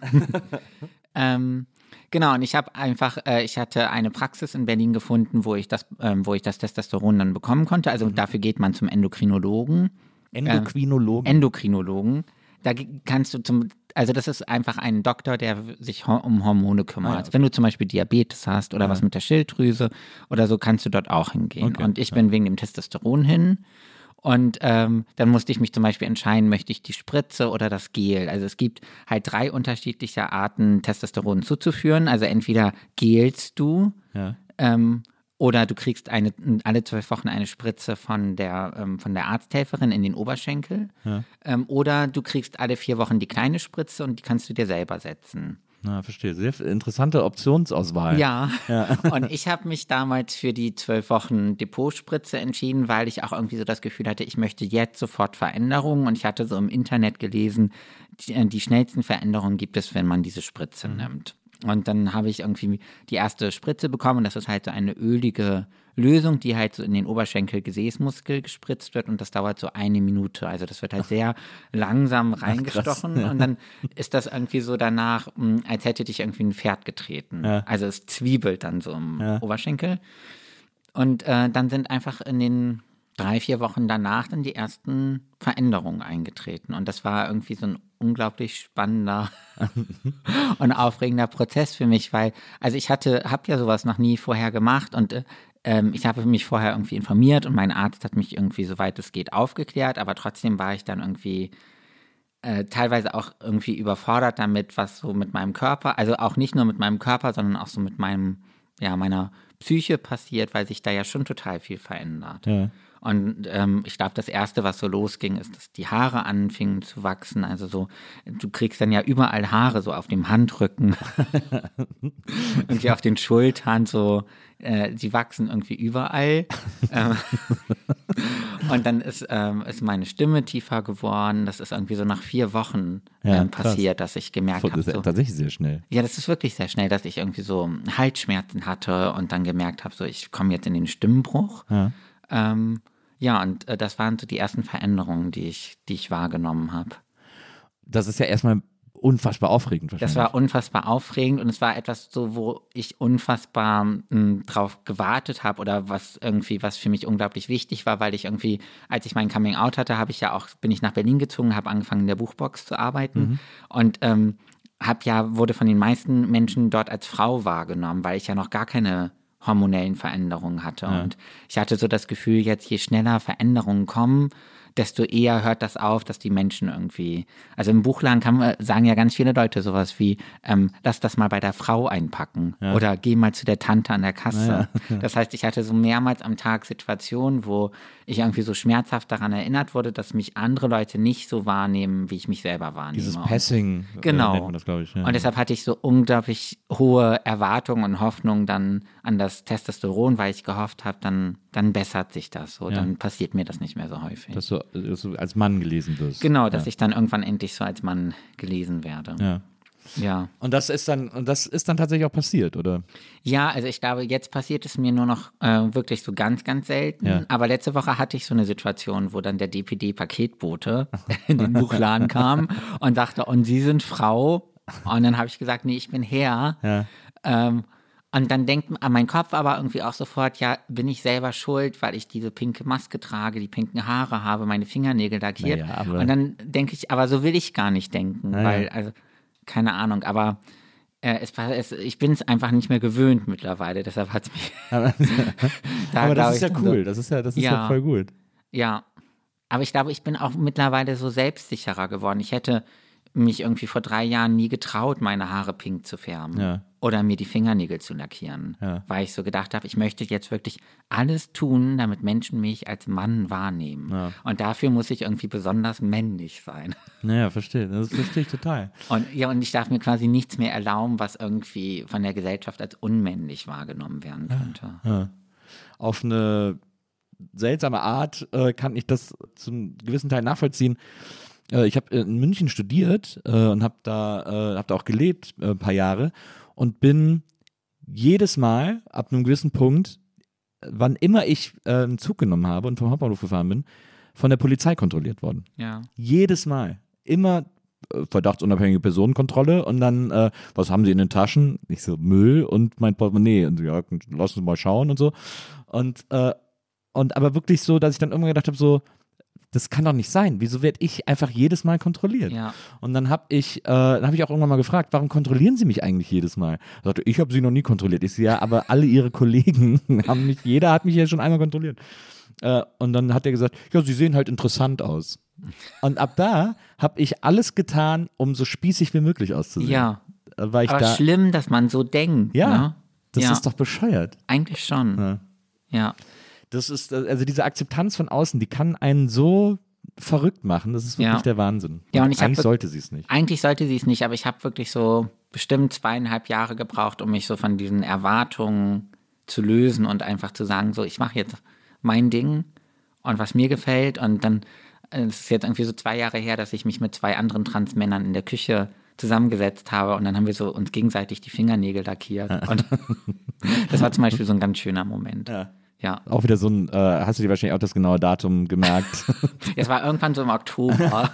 Genau, und ich hatte eine Praxis in Berlin gefunden, wo ich das Testosteron dann bekommen konnte. Also dafür geht man zum Endokrinologen. Endokrinologen. Da kannst du also das ist einfach ein Doktor, der sich um Hormone kümmert. Okay. Wenn du zum Beispiel Diabetes hast oder was mit der Schilddrüse oder so, kannst du dort auch hingehen. Okay. Und ich bin wegen dem Testosteron hin. Und dann musste ich mich zum Beispiel entscheiden, möchte ich die Spritze oder das Gel. Also es gibt halt 3 unterschiedliche Arten, Testosteron zuzuführen. Also entweder gelst du oder du kriegst alle 12 Wochen eine Spritze von der Arzthelferin in den Oberschenkel. Ja. Oder du kriegst alle 4 Wochen die kleine Spritze und die kannst du dir selber setzen. Na, verstehe. Sehr interessante Optionsauswahl. Ja. Und ich habe mich damals für die 12 Wochen Depotspritze entschieden, weil ich auch irgendwie so das Gefühl hatte, ich möchte jetzt sofort Veränderungen. Und ich hatte so im Internet gelesen, die schnellsten Veränderungen gibt es, wenn man diese Spritze nimmt. Und dann habe ich irgendwie die erste Spritze bekommen. Das ist halt so eine ölige Lösung, die halt so in den Oberschenkel-Gesäßmuskel gespritzt wird. Und das dauert so 1 Minute. Also das wird halt sehr langsam reingestochen. Krass, ja. Und dann ist das irgendwie so danach, als hätte dich irgendwie ein Pferd getreten. Ja. Also es zwiebelt dann so im Oberschenkel. Und dann sind einfach in den 3-4 Wochen danach dann die ersten Veränderungen eingetreten. Und das war irgendwie so ein unglaublich spannender und aufregender Prozess für mich, weil, also ich habe ja sowas noch nie vorher gemacht und ich habe mich vorher irgendwie informiert und mein Arzt hat mich irgendwie, soweit es geht, aufgeklärt, aber trotzdem war ich dann irgendwie teilweise auch irgendwie überfordert damit, was so mit meinem Körper, also auch nicht nur mit meinem Körper, sondern auch so mit meiner Psyche passiert, weil sich da ja schon total viel verändert. Ja. Und ich glaube, das Erste, was so losging, ist, dass die Haare anfingen zu wachsen. Also so, du kriegst dann ja überall Haare, so auf dem Handrücken, irgendwie auf den Schultern, so, die wachsen irgendwie überall. Und dann ist meine Stimme tiefer geworden. Das ist irgendwie so nach 4 Wochen passiert, dass ich gemerkt habe. Das ist tatsächlich sehr schnell. Ja, das ist wirklich sehr schnell, dass ich irgendwie so Halsschmerzen hatte und dann gemerkt habe, so, ich komme jetzt in den Stimmbruch. Ja. Und das waren so die ersten Veränderungen, die ich wahrgenommen habe. Das ist ja erstmal unfassbar aufregend wahrscheinlich. Das war unfassbar aufregend und es war etwas so, wo ich unfassbar drauf gewartet habe oder was für mich unglaublich wichtig war, weil ich irgendwie, als ich mein Coming Out hatte, bin ich nach Berlin gezogen, habe angefangen in der Buchbox zu arbeiten und wurde von den meisten Menschen dort als Frau wahrgenommen, weil ich ja noch gar keine hormonellen Veränderungen hatte. Ja. Und ich hatte so das Gefühl, jetzt je schneller Veränderungen kommen, desto eher hört das auf, dass die Menschen irgendwie, also im Buchladen sagen ja ganz viele Leute sowas wie, lass das mal bei der Frau einpacken oder geh mal zu der Tante an der Kasse. Das heißt, ich hatte so mehrmals am Tag Situationen, wo ich irgendwie so schmerzhaft daran erinnert wurde, dass mich andere Leute nicht so wahrnehmen, wie ich mich selber wahrnehme. Dieses Passing, genau. nennt man das, glaube ich. Ja. Und deshalb hatte ich so unglaublich hohe Erwartungen und Hoffnungen dann an das Testosteron, weil ich gehofft habe, dann bessert sich das so, dann passiert mir das nicht mehr so häufig. Dass du als Mann gelesen wirst. Genau, dass ich dann irgendwann endlich so als Mann gelesen werde. Ja. Ja. Und das ist dann tatsächlich auch passiert, oder? Ja, also ich glaube, jetzt passiert es mir nur noch wirklich so ganz, ganz selten. Ja. Aber letzte Woche hatte ich so eine Situation, wo dann der DPD-Paketbote in den Buchladen kam und sagte, und Sie sind Frau? Und dann habe ich gesagt, nee, ich bin Herr. Ja. Und dann denkt mein Kopf aber irgendwie auch sofort, ja, bin ich selber schuld, weil ich diese pinke Maske trage, die pinken Haare habe, meine Fingernägel lackiert. Naja, aber- und dann denke ich, aber so will ich gar nicht denken, weil, also, keine Ahnung, aber ich bin es einfach nicht mehr gewöhnt mittlerweile, deshalb hat es mich. Aber das ist ja glaub ich, cool, das ist ja voll gut. Ja, aber ich glaube, ich bin auch mittlerweile so selbstsicherer geworden. Ich hätte mich irgendwie vor 3 Jahren nie getraut, meine Haare pink zu färben Ja. oder mir die Fingernägel zu lackieren, weil ich so gedacht habe, ich möchte jetzt wirklich alles tun, damit Menschen mich als Mann wahrnehmen. Ja. Und dafür muss ich irgendwie besonders männlich sein. Naja, verstehe. Das verstehe ich total. Und ich darf mir quasi nichts mehr erlauben, was irgendwie von der Gesellschaft als unmännlich wahrgenommen werden könnte. Ja. Auf eine seltsame Art kann ich das zum gewissen Teil nachvollziehen. Ich habe in München studiert und habe da auch gelebt ein paar Jahre und bin jedes Mal ab einem gewissen Punkt, wann immer ich einen Zug genommen habe und vom Hauptbahnhof gefahren bin, von der Polizei kontrolliert worden. Ja. Jedes Mal. Immer verdachtsunabhängige Personenkontrolle und dann, was haben Sie in den Taschen? Ich so, Müll und mein Portemonnaie. Und so, ja, lass uns mal schauen und so. Und aber wirklich so, dass ich dann irgendwann gedacht habe, so, das kann doch nicht sein. Wieso werde ich einfach jedes Mal kontrolliert? Ja. Und dann habe ich auch irgendwann mal gefragt, warum kontrollieren Sie mich eigentlich jedes Mal? Er sagte, ich habe Sie noch nie kontrolliert. Ich so, ja, aber alle Ihre Kollegen jeder hat mich ja schon einmal kontrolliert. Und dann hat er gesagt, ja, Sie sehen halt interessant aus. Und ab da habe ich alles getan, um so spießig wie möglich auszusehen. Ja. Weil ich Aber da, schlimm, dass man so denkt. ja, Ne? das Ja. ist doch bescheuert. Eigentlich schon. Ja. Das ist, also diese Akzeptanz von außen, die kann einen so verrückt machen, das ist wirklich Ja. der Wahnsinn. Ja, und ich eigentlich hab- sollte sie es nicht. Eigentlich sollte sie es nicht, aber ich habe wirklich so bestimmt 2,5 Jahre gebraucht, um mich so von diesen Erwartungen zu lösen und einfach zu sagen, so, ich mache jetzt mein Ding und was mir gefällt. Und dann, es ist jetzt irgendwie so 2 Jahre her, dass ich mich mit 2 anderen Transmännern in der Küche zusammengesetzt habe und dann haben wir so uns gegenseitig die Fingernägel lackiert. Und das war zum Beispiel so ein ganz schöner Moment. Ja. Auch wieder so ein, hast du dir wahrscheinlich auch das genaue Datum gemerkt? Es war irgendwann so im Oktober.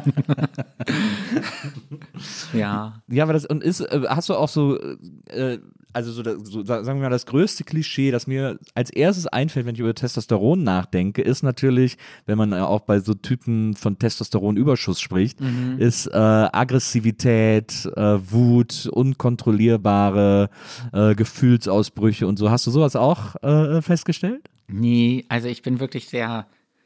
Ja. Ja, aber hast du auch so, also sagen wir mal, das größte Klischee, das mir als erstes einfällt, wenn ich über Testosteron nachdenke, ist natürlich, wenn man auch bei so Typen von Testosteronüberschuss spricht, ist Aggressivität, Wut, unkontrollierbare Gefühlsausbrüche und so. Hast du sowas auch festgestellt? Nee, also ich bin wirklich sehr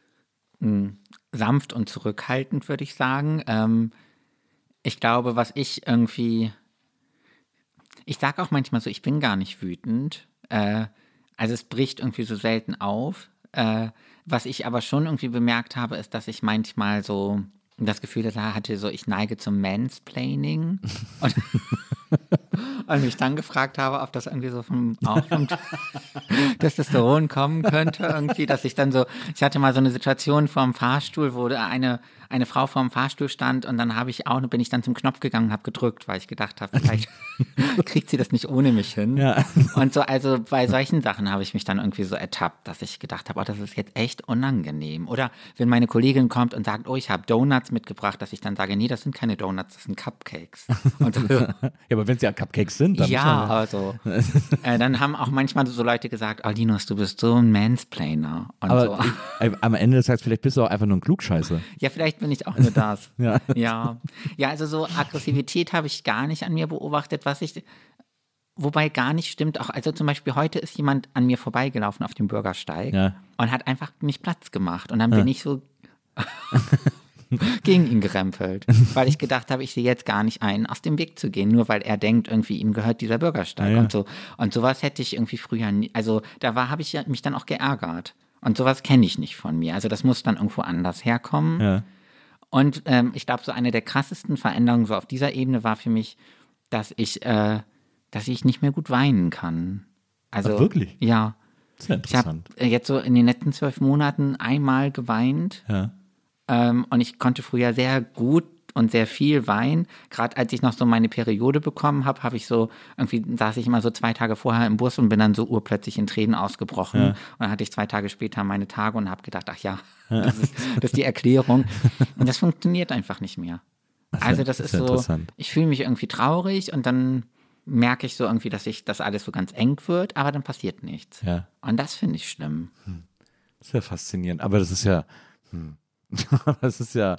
sanft und zurückhaltend, würde ich sagen. Ich glaube, was ich irgendwie, ich sage auch manchmal so, ich bin gar nicht wütend. Also es bricht irgendwie so selten auf. Was ich aber schon irgendwie bemerkt habe, ist, dass ich manchmal so das Gefühl hatte, so ich neige zum Mansplaining. Und mich dann gefragt habe, ob das irgendwie so vom Testosteron kommen könnte, irgendwie, dass ich dann so, ich hatte mal so eine Situation vorm Fahrstuhl, wo eine Frau vorm Fahrstuhl stand und dann bin ich dann zum Knopf gegangen und habe gedrückt, weil ich gedacht habe, vielleicht kriegt sie das nicht ohne mich hin. Ja. Und so, also bei solchen Sachen habe ich mich dann irgendwie so ertappt, dass ich gedacht habe, oh, das ist jetzt echt unangenehm. Oder wenn meine Kollegin kommt und sagt, oh, ich habe Donuts mitgebracht, dass ich dann sage, nee, das sind keine Donuts, das sind Cupcakes. Und Ja, aber wenn es ja Cupcakes sind, dann ja, also dann haben auch manchmal so Leute gesagt, oh Linus, du bist so ein Mansplainer. Und aber so. am Ende des Tages, vielleicht bist du auch einfach nur ein Klugscheißer. Ja, vielleicht bin ich auch nur das. Ja. Ja, also so Aggressivität habe ich gar nicht an mir beobachtet, wobei gar nicht stimmt. Auch, also zum Beispiel heute ist jemand an mir vorbeigelaufen auf dem Bürgersteig Ja. und hat einfach nicht Platz gemacht. Und dann bin ich so gegen ihn gerempelt, weil ich gedacht habe, ich sehe jetzt gar nicht ein, aus dem Weg zu gehen, nur weil er denkt, irgendwie ihm gehört dieser Bürgersteig Ja, ja. und so. Und sowas hätte ich irgendwie früher nie, also habe ich mich dann auch geärgert. Und sowas kenne ich nicht von mir. Also das muss dann irgendwo anders herkommen. Ja. Und ich glaube, so eine der krassesten Veränderungen so auf dieser Ebene war für mich, dass ich nicht mehr gut weinen kann. Also Ach, wirklich? Ja. Das ist ja Ich habe interessant. jetzt so in den letzten 12 Monaten einmal geweint. Ja. Und ich konnte früher sehr gut und sehr viel weinen. Gerade als ich noch so meine Periode bekommen habe, saß ich immer so 2 Tage vorher im Bus und bin dann so urplötzlich in Tränen ausgebrochen. Und dann hatte ich 2 Tage später meine Tage und habe gedacht, ach ja, das ist die Erklärung. Und das funktioniert einfach nicht mehr. Also das ist ja so, interessant. ich fühle mich irgendwie traurig und dann merke ich so irgendwie, dass alles so ganz eng wird, aber dann passiert nichts. Ja. Und das finde ich schlimm. Das ist ja faszinierend. Aber das ist ja, das ist ja,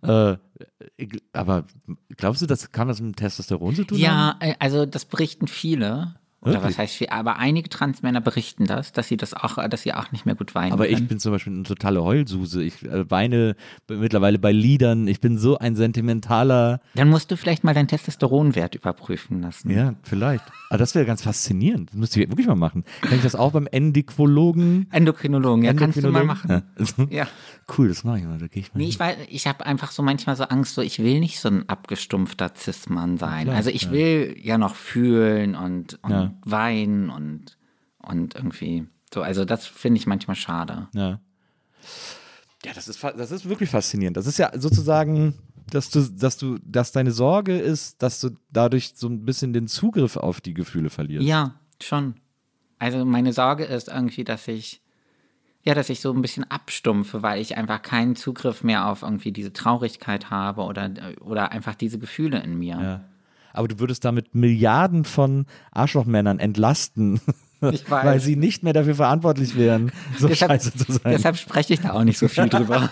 aber glaubst du, kann das mit dem Testosteron zu tun haben? Ja, also das berichten viele. Oder Wirklich? was heißt viel? Aber einige Transmänner berichten dass sie auch nicht mehr gut weinen Aber ich können. bin zum Beispiel eine totale Heulsuse. Ich weine mittlerweile bei Liedern. Ich bin so ein sentimentaler. Dann musst du vielleicht mal deinen Testosteronwert überprüfen lassen. Ja, vielleicht. Aber das wäre ganz faszinierend. Das müsste ich wirklich mal machen. Kann ich das auch beim Endokrologen? Endokrinologen, ja, kannst du mal machen. Ja. Ja. Cool, das mache ich mal. Da gehe ich mal. Nee, hin. ich habe einfach so manchmal so Angst, so ich will nicht so ein abgestumpfter Cis-Mann sein. Klar, Also ich ja. will ja noch fühlen und Ja. weinen und irgendwie so. Also das finde ich manchmal schade. Ja. Ja, das ist wirklich faszinierend. Das ist ja sozusagen, dass deine Sorge ist, dass du dadurch so ein bisschen den Zugriff auf die Gefühle verlierst. Ja, schon. Also meine Sorge ist irgendwie, dass ich so ein bisschen abstumpfe, weil ich einfach keinen Zugriff mehr auf irgendwie diese Traurigkeit habe oder einfach diese Gefühle in mir. Ja. Aber du würdest damit Milliarden von Arschlochmännern entlasten, Ich weiß. weil sie nicht mehr dafür verantwortlich wären, so scheiße zu sein. Deshalb spreche ich da auch nicht so viel drüber.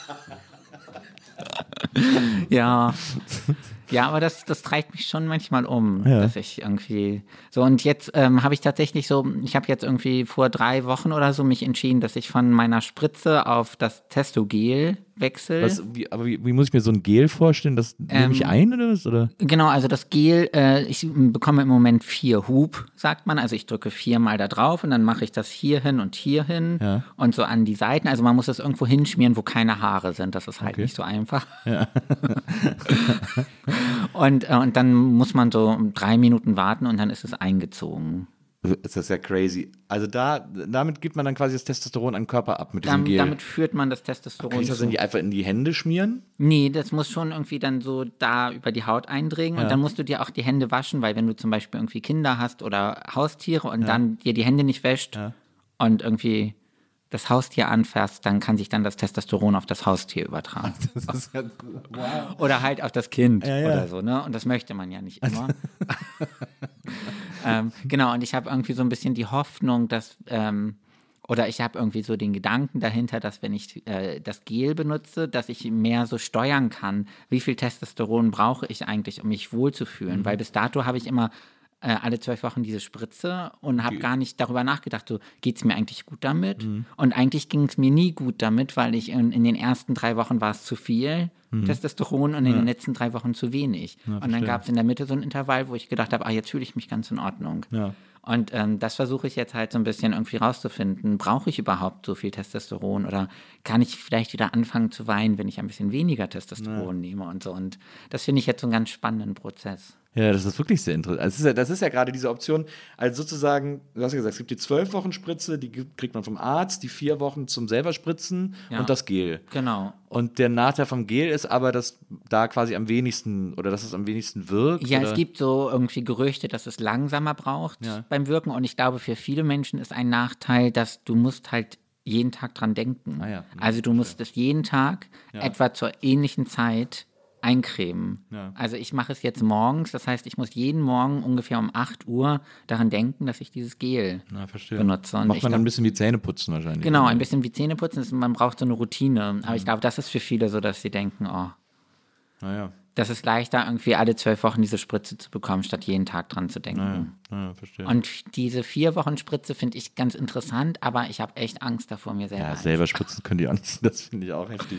Ja. Ja, aber das treibt mich schon manchmal um, Ja. dass ich irgendwie so, und jetzt habe ich tatsächlich ich habe jetzt irgendwie vor 3 Wochen oder so mich entschieden, dass ich von meiner Spritze auf das Testogel wechsle. Wie muss ich mir so ein Gel vorstellen? Das nehme ich ein oder was? Oder? Genau, also das Gel, ich bekomme im Moment 4 Hub, sagt man. Also ich drücke 4-mal da drauf und dann mache ich das hier hin und hier hin Ja. und so an die Seiten. Also man muss es irgendwo hinschmieren, wo keine Haare sind. Das ist halt Okay. nicht so einfach. Und dann muss man so 3 Minuten warten und dann ist es eingezogen. Das ist ja crazy. Also damit gibt man dann quasi das Testosteron an den Körper ab mit diesem Gel. Damit führt man das Testosteron Kann ich das zu. einfach in die Hände schmieren? Nee, das muss schon irgendwie dann so da über die Haut eindringen und dann musst du dir auch die Hände waschen, weil wenn du zum Beispiel irgendwie Kinder hast oder Haustiere und dann dir die Hände nicht wäscht und irgendwie das Haustier anfasst, dann kann sich dann das Testosteron auf das Haustier übertragen. Das ist ja, wow. Oder halt auf das Kind Ja, ja. oder so, ne? Und das möchte man ja nicht immer. Genau, und ich habe irgendwie so ein bisschen die Hoffnung, dass oder ich habe irgendwie so den Gedanken dahinter, dass wenn ich das Gel benutze, dass ich mehr so steuern kann, wie viel Testosteron brauche ich eigentlich, um mich wohlzufühlen. Weil bis dato habe ich immer alle 12 Wochen diese Spritze und habe gar nicht darüber nachgedacht, so geht es mir eigentlich gut damit? Und eigentlich ging es mir nie gut damit, weil ich in den ersten 3 Wochen war es zu viel Testosteron und in den letzten 3 Wochen zu wenig. Und dann verstehe. gab es in der Mitte so ein Intervall, wo ich gedacht habe, jetzt fühle ich mich ganz in Ordnung. Ja. Und das versuche ich jetzt halt so ein bisschen irgendwie rauszufinden. Brauche ich überhaupt so viel Testosteron oder kann ich vielleicht wieder anfangen zu weinen, wenn ich ein bisschen weniger Testosteron nehme und so. Und das finde ich jetzt so einen ganz spannenden Prozess. Ja, das ist wirklich sehr interessant. Das ist ja gerade diese Option, also sozusagen, du hast ja gesagt, es gibt die 12-Wochen-Spritze, die kriegt man vom Arzt, die 4 Wochen zum selber spritzen und das Gel. Genau. Und der Nachteil vom Gel ist aber, dass da quasi am wenigsten, oder dass es am wenigsten wirkt. Ja, oder? es gibt so irgendwie Gerüchte, dass es langsamer braucht beim Wirken. Und ich glaube, für viele Menschen ist ein Nachteil, dass du musst halt jeden Tag dran denken. Ah ja. Also du musst es jeden Tag etwa zur ähnlichen Zeit eincremen. Ja. Also ich mache es jetzt morgens, das heißt, ich muss jeden Morgen ungefähr um 8 Uhr daran denken, dass ich dieses Gel verstehe. benutze. Und Macht ich man dann glaub- ein bisschen wie Zähne putzen wahrscheinlich. Genau, ein bisschen wie Zähneputzen, man braucht so eine Routine. Aber ich glaube, das ist für viele so, dass sie denken, Naja, das ist leichter, irgendwie alle 12 Wochen diese Spritze zu bekommen, statt jeden Tag dran zu denken. verstehe. Und diese 4 Wochen Spritze finde ich ganz interessant, aber ich habe echt Angst davor, mir selber. Ja, selber spritzen können die auch nicht. Das finde ich auch heftig.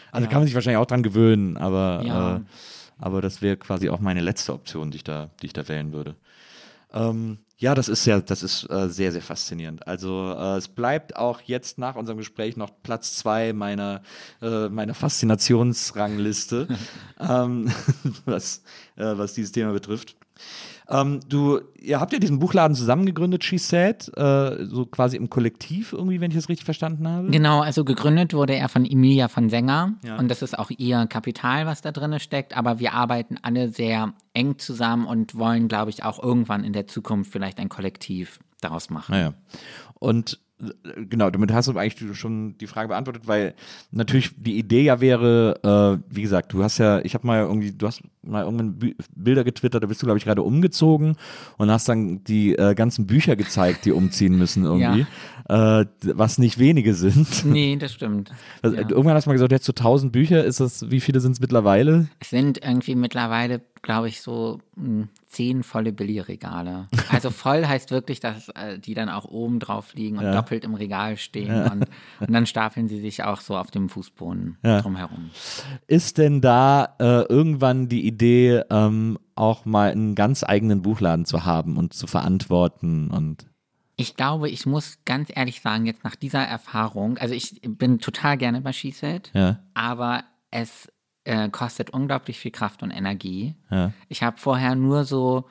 Also kann man sich wahrscheinlich auch dran gewöhnen, aber, Ja. Aber das wäre quasi auch meine letzte Option, die ich da wählen würde. Ja, das ist sehr, sehr faszinierend. Also es bleibt auch jetzt nach unserem Gespräch noch Platz 2 meiner Faszinationsrangliste, was dieses Thema betrifft. Ihr habt ja diesen Buchladen zusammen gegründet, She Said, so quasi im Kollektiv irgendwie, wenn ich das richtig verstanden habe. Genau, also gegründet wurde er von Emilia von Sänger Ja. und das ist auch ihr Kapital, was da drin steckt, aber wir arbeiten alle sehr eng zusammen und wollen, glaube ich, auch irgendwann in der Zukunft vielleicht ein Kollektiv daraus machen. Naja. Und genau, damit hast du eigentlich schon die Frage beantwortet, weil natürlich die Idee ja wäre, wie gesagt, du hast mal irgendwann Bilder getwittert, da bist du, glaube ich, gerade umgezogen und hast dann die ganzen Bücher gezeigt, die umziehen müssen irgendwie, was nicht wenige sind. Nee, das stimmt. Also, Ja. Irgendwann hast du mal gesagt, jetzt so 1000 Bücher, wie viele sind es mittlerweile? Es sind irgendwie mittlerweile, glaube ich, so 10 volle Billigregale. Also voll heißt wirklich, dass die dann auch oben drauf liegen und doppelt im Regal stehen und dann stapeln sie sich auch so auf dem Fußboden drumherum. Ist denn da irgendwann die Idee, auch mal einen ganz eigenen Buchladen zu haben und zu verantworten und Ich glaube, ich muss ganz ehrlich sagen, jetzt nach dieser Erfahrung, also ich bin total gerne bei She Said, aber es kostet unglaublich viel Kraft und Energie. Ja. Ich habe vorher nur so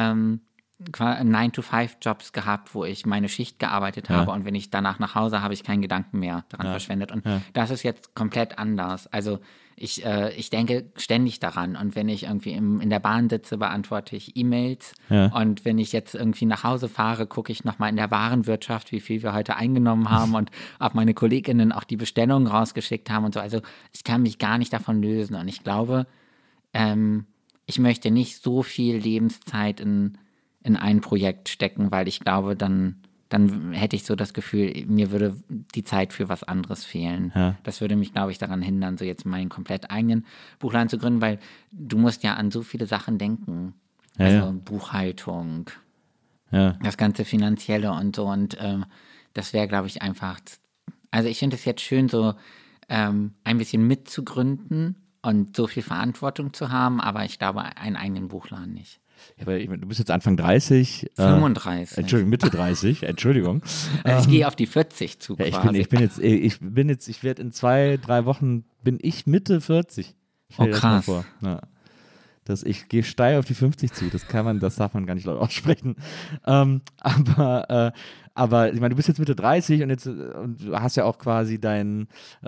9-to-5-Jobs gehabt, wo ich meine Schicht gearbeitet habe und wenn ich danach nach Hause habe ich keinen Gedanken mehr daran verschwendet. Und das ist jetzt komplett anders. Also ich denke ständig daran und wenn ich irgendwie in der Bahn sitze, beantworte ich E-Mails und wenn ich jetzt irgendwie nach Hause fahre, gucke ich nochmal in der Warenwirtschaft, wie viel wir heute eingenommen haben und ob meine KollegInnen auch die Bestellungen rausgeschickt haben und so. Also ich kann mich gar nicht davon lösen und ich glaube, ich möchte nicht so viel Lebenszeit in ein Projekt stecken, weil ich glaube, dann hätte ich so das Gefühl, mir würde die Zeit für was anderes fehlen. Ja. Das würde mich, glaube ich, daran hindern, so jetzt meinen komplett eigenen Buchladen zu gründen, weil du musst ja an so viele Sachen denken. Also Buchhaltung, das ganze Finanzielle und so. Und das wäre, glaube ich, einfach. Also ich finde es jetzt schön, so ein bisschen mitzugründen und so viel Verantwortung zu haben, aber ich glaube, einen eigenen Buchladen nicht. Ja, weil du bist jetzt Anfang 30. 35. Entschuldigung, Mitte 30, Entschuldigung. Also ich gehe auf die 40 zu Ja, quasi. ich werde in 2-3 Wochen, bin ich Mitte 40. Stell dir das mal krass. vor. Ja. Ich gehe steil auf die 50 zu, das darf man gar nicht laut aussprechen. Aber ich meine, du bist jetzt Mitte 30 und du hast ja auch quasi dein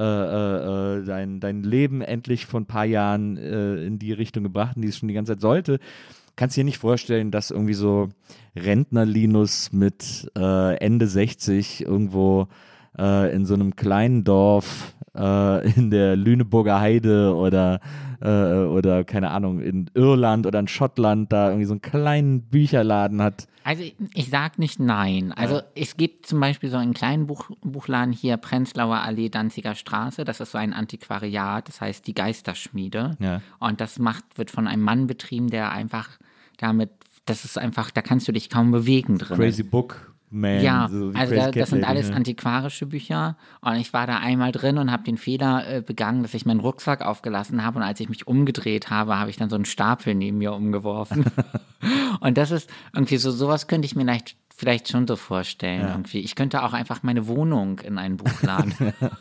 Leben endlich vor ein paar Jahren in die Richtung gebracht, in die es schon die ganze Zeit sollte. Kannst dir nicht vorstellen, dass irgendwie so Rentner-Linus mit Ende 60 irgendwo in so einem kleinen Dorf in der Lüneburger Heide oder keine Ahnung, in Irland oder in Schottland da irgendwie so einen kleinen Bücherladen hat. Also ich sag nicht nein. Also es gibt zum Beispiel so einen kleinen Buchladen hier, Prenzlauer Allee, Danziger Straße. Das ist so ein Antiquariat, das heißt die Geisterschmiede. Ja. Und das wird von einem Mann betrieben, der einfach das ist einfach, da kannst du dich kaum bewegen drin. Crazy Book Man. Ja, so wie also Crazy Cat das sind Lady, alles ja. antiquarische Bücher und ich war da einmal drin und habe den Fehler begangen, dass ich meinen Rucksack aufgelassen habe und als ich mich umgedreht habe, habe ich dann so einen Stapel neben mir umgeworfen. Und das ist irgendwie sowas könnte ich mir vielleicht schon so vorstellen. Irgendwie. Ich könnte auch einfach meine Wohnung in einen Buchladen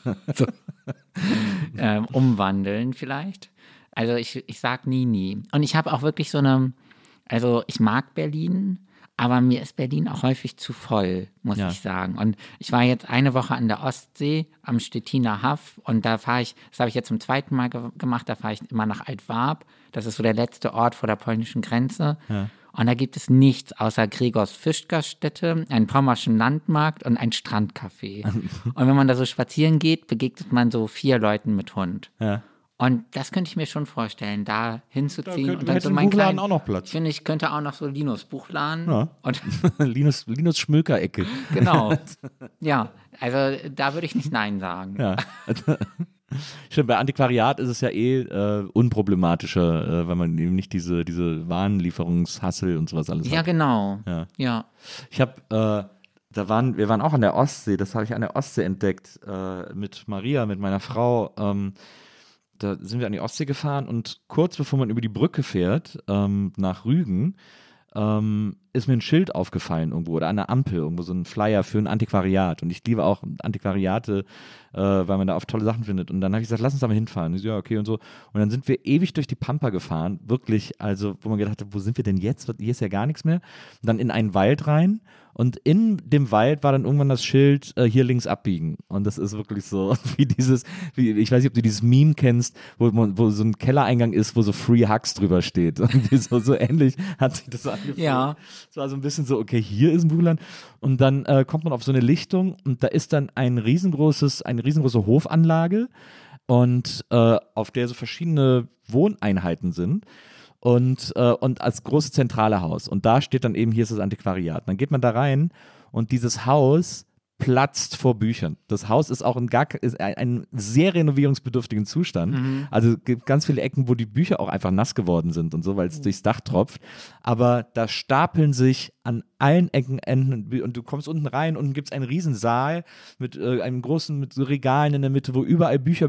umwandeln vielleicht. Also ich sag nie. Und ich habe auch wirklich also ich mag Berlin, aber mir ist Berlin auch häufig zu voll, muss ich sagen. Und ich war jetzt eine Woche an der Ostsee am Stettiner Haff und das habe ich jetzt zum zweiten Mal gemacht, da fahre ich immer nach Altwarp. Das ist so der letzte Ort vor der polnischen Grenze. Ja. Und da gibt es nichts außer Gregors Fischgaststätte, einen pommerschen Landmarkt und ein Strandcafé. Und wenn man da so spazieren geht, begegnet man so 4 Leuten mit Hund. Ja. Und das könnte ich mir schon vorstellen, da hinzuziehen. Und dann so mein Buchladen auch noch Platz. Ich finde, ich könnte auch noch so Linus Buchladen. Ja. Und Linus Schmöker-Ecke. Genau. Ja, also da würde ich nicht Nein sagen. Ja. Stimmt, bei Antiquariat ist es ja unproblematischer, weil man eben nicht diese Warenlieferungshassel und sowas alles hat. Ja, genau. Ja. Ich habe wir waren auch an der Ostsee, das habe ich an der Ostsee entdeckt, mit Maria, mit meiner Frau. da sind wir an die Ostsee gefahren und kurz bevor man über die Brücke fährt, nach Rügen, ist mir ein Schild aufgefallen irgendwo oder an der Ampel irgendwo so ein Flyer für ein Antiquariat und ich liebe auch Antiquariate, weil man da oft tolle Sachen findet und dann habe ich gesagt, lass uns da mal hinfahren. Ich so, ja, okay und so und dann sind wir ewig durch die Pampa gefahren, wirklich, also wo man gedacht hat, wo sind wir denn jetzt? Hier ist ja gar nichts mehr. Und dann in einen Wald rein und in dem Wald war dann irgendwann das Schild, hier links abbiegen und das ist wirklich so wie ich weiß nicht, ob du dieses Meme kennst, wo so ein Kellereingang ist, wo so Free Hugs drüber steht und so ähnlich hat sich das angefühlt. Ja. Es war so ein bisschen so, okay, hier ist ein Buchland. Und dann kommt man auf so eine Lichtung und da ist dann eine riesengroße Hofanlage und auf der so verschiedene Wohneinheiten sind. Und als großes zentrale Haus. Und da steht dann eben, hier ist das Antiquariat. Dann geht man da rein und dieses Haus platzt vor Büchern. Das Haus ist auch ist ein sehr renovierungsbedürftigen Zustand. Also es gibt ganz viele Ecken, wo die Bücher auch einfach nass geworden sind und so, weil es durchs Dach tropft. Aber da stapeln sich an allen Ecken Enden und du kommst unten rein, unten gibt es einen riesen Saal mit mit so Regalen in der Mitte, wo überall Bücher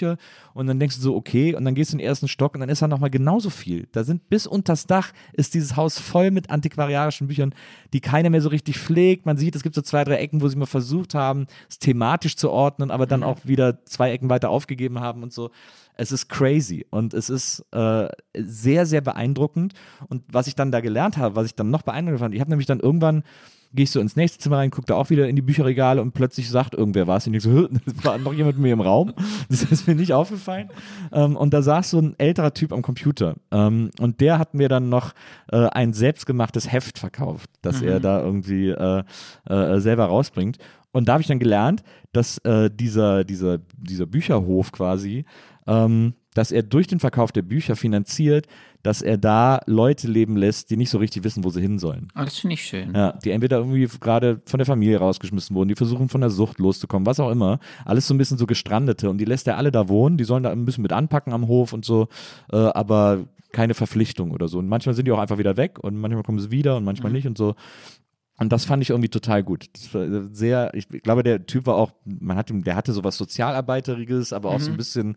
und dann denkst du so, okay, und dann gehst du in den ersten Stock und dann ist da nochmal genauso viel. Da sind bis unters Dach ist dieses Haus voll mit antiquariatischen Büchern, die keiner mehr so richtig pflegt. Man sieht, es gibt so 2, 3 Ecken, wo sie mal versucht haben, es thematisch zu ordnen, aber dann auch wieder 2 Ecken weiter aufgegeben haben und so. Es ist crazy und es ist sehr, sehr beeindruckend. Und was ich dann da gelernt habe, was ich dann noch beeindruckend fand, ich habe nämlich dann irgendwann, gehe ich so ins nächste Zimmer rein, gucke da auch wieder in die Bücherregale und plötzlich sagt irgendwer was. Und ich so, das war noch jemand mit mir im Raum. Das ist mir nicht aufgefallen. Und da saß so ein älterer Typ am Computer. Und der hat mir dann noch ein selbstgemachtes Heft verkauft, das er da irgendwie selber rausbringt. Und da habe ich dann gelernt, dass dieser Bücherhof quasi, dass er durch den Verkauf der Bücher finanziert, dass er da Leute leben lässt, die nicht so richtig wissen, wo sie hin sollen. Oh, das finde ich schön. Ja, die entweder irgendwie gerade von der Familie rausgeschmissen wurden, die versuchen von der Sucht loszukommen, was auch immer. Alles so ein bisschen so Gestrandete und die lässt er alle da wohnen, die sollen da ein bisschen mit anpacken am Hof und so, aber keine Verpflichtung oder so. Und manchmal sind die auch einfach wieder weg und manchmal kommen sie wieder und manchmal nicht und so. Und das fand ich irgendwie total gut. Das war sehr, ich glaube, der Typ war auch, der hatte sowas Sozialarbeiterisches, aber auch so ein bisschen,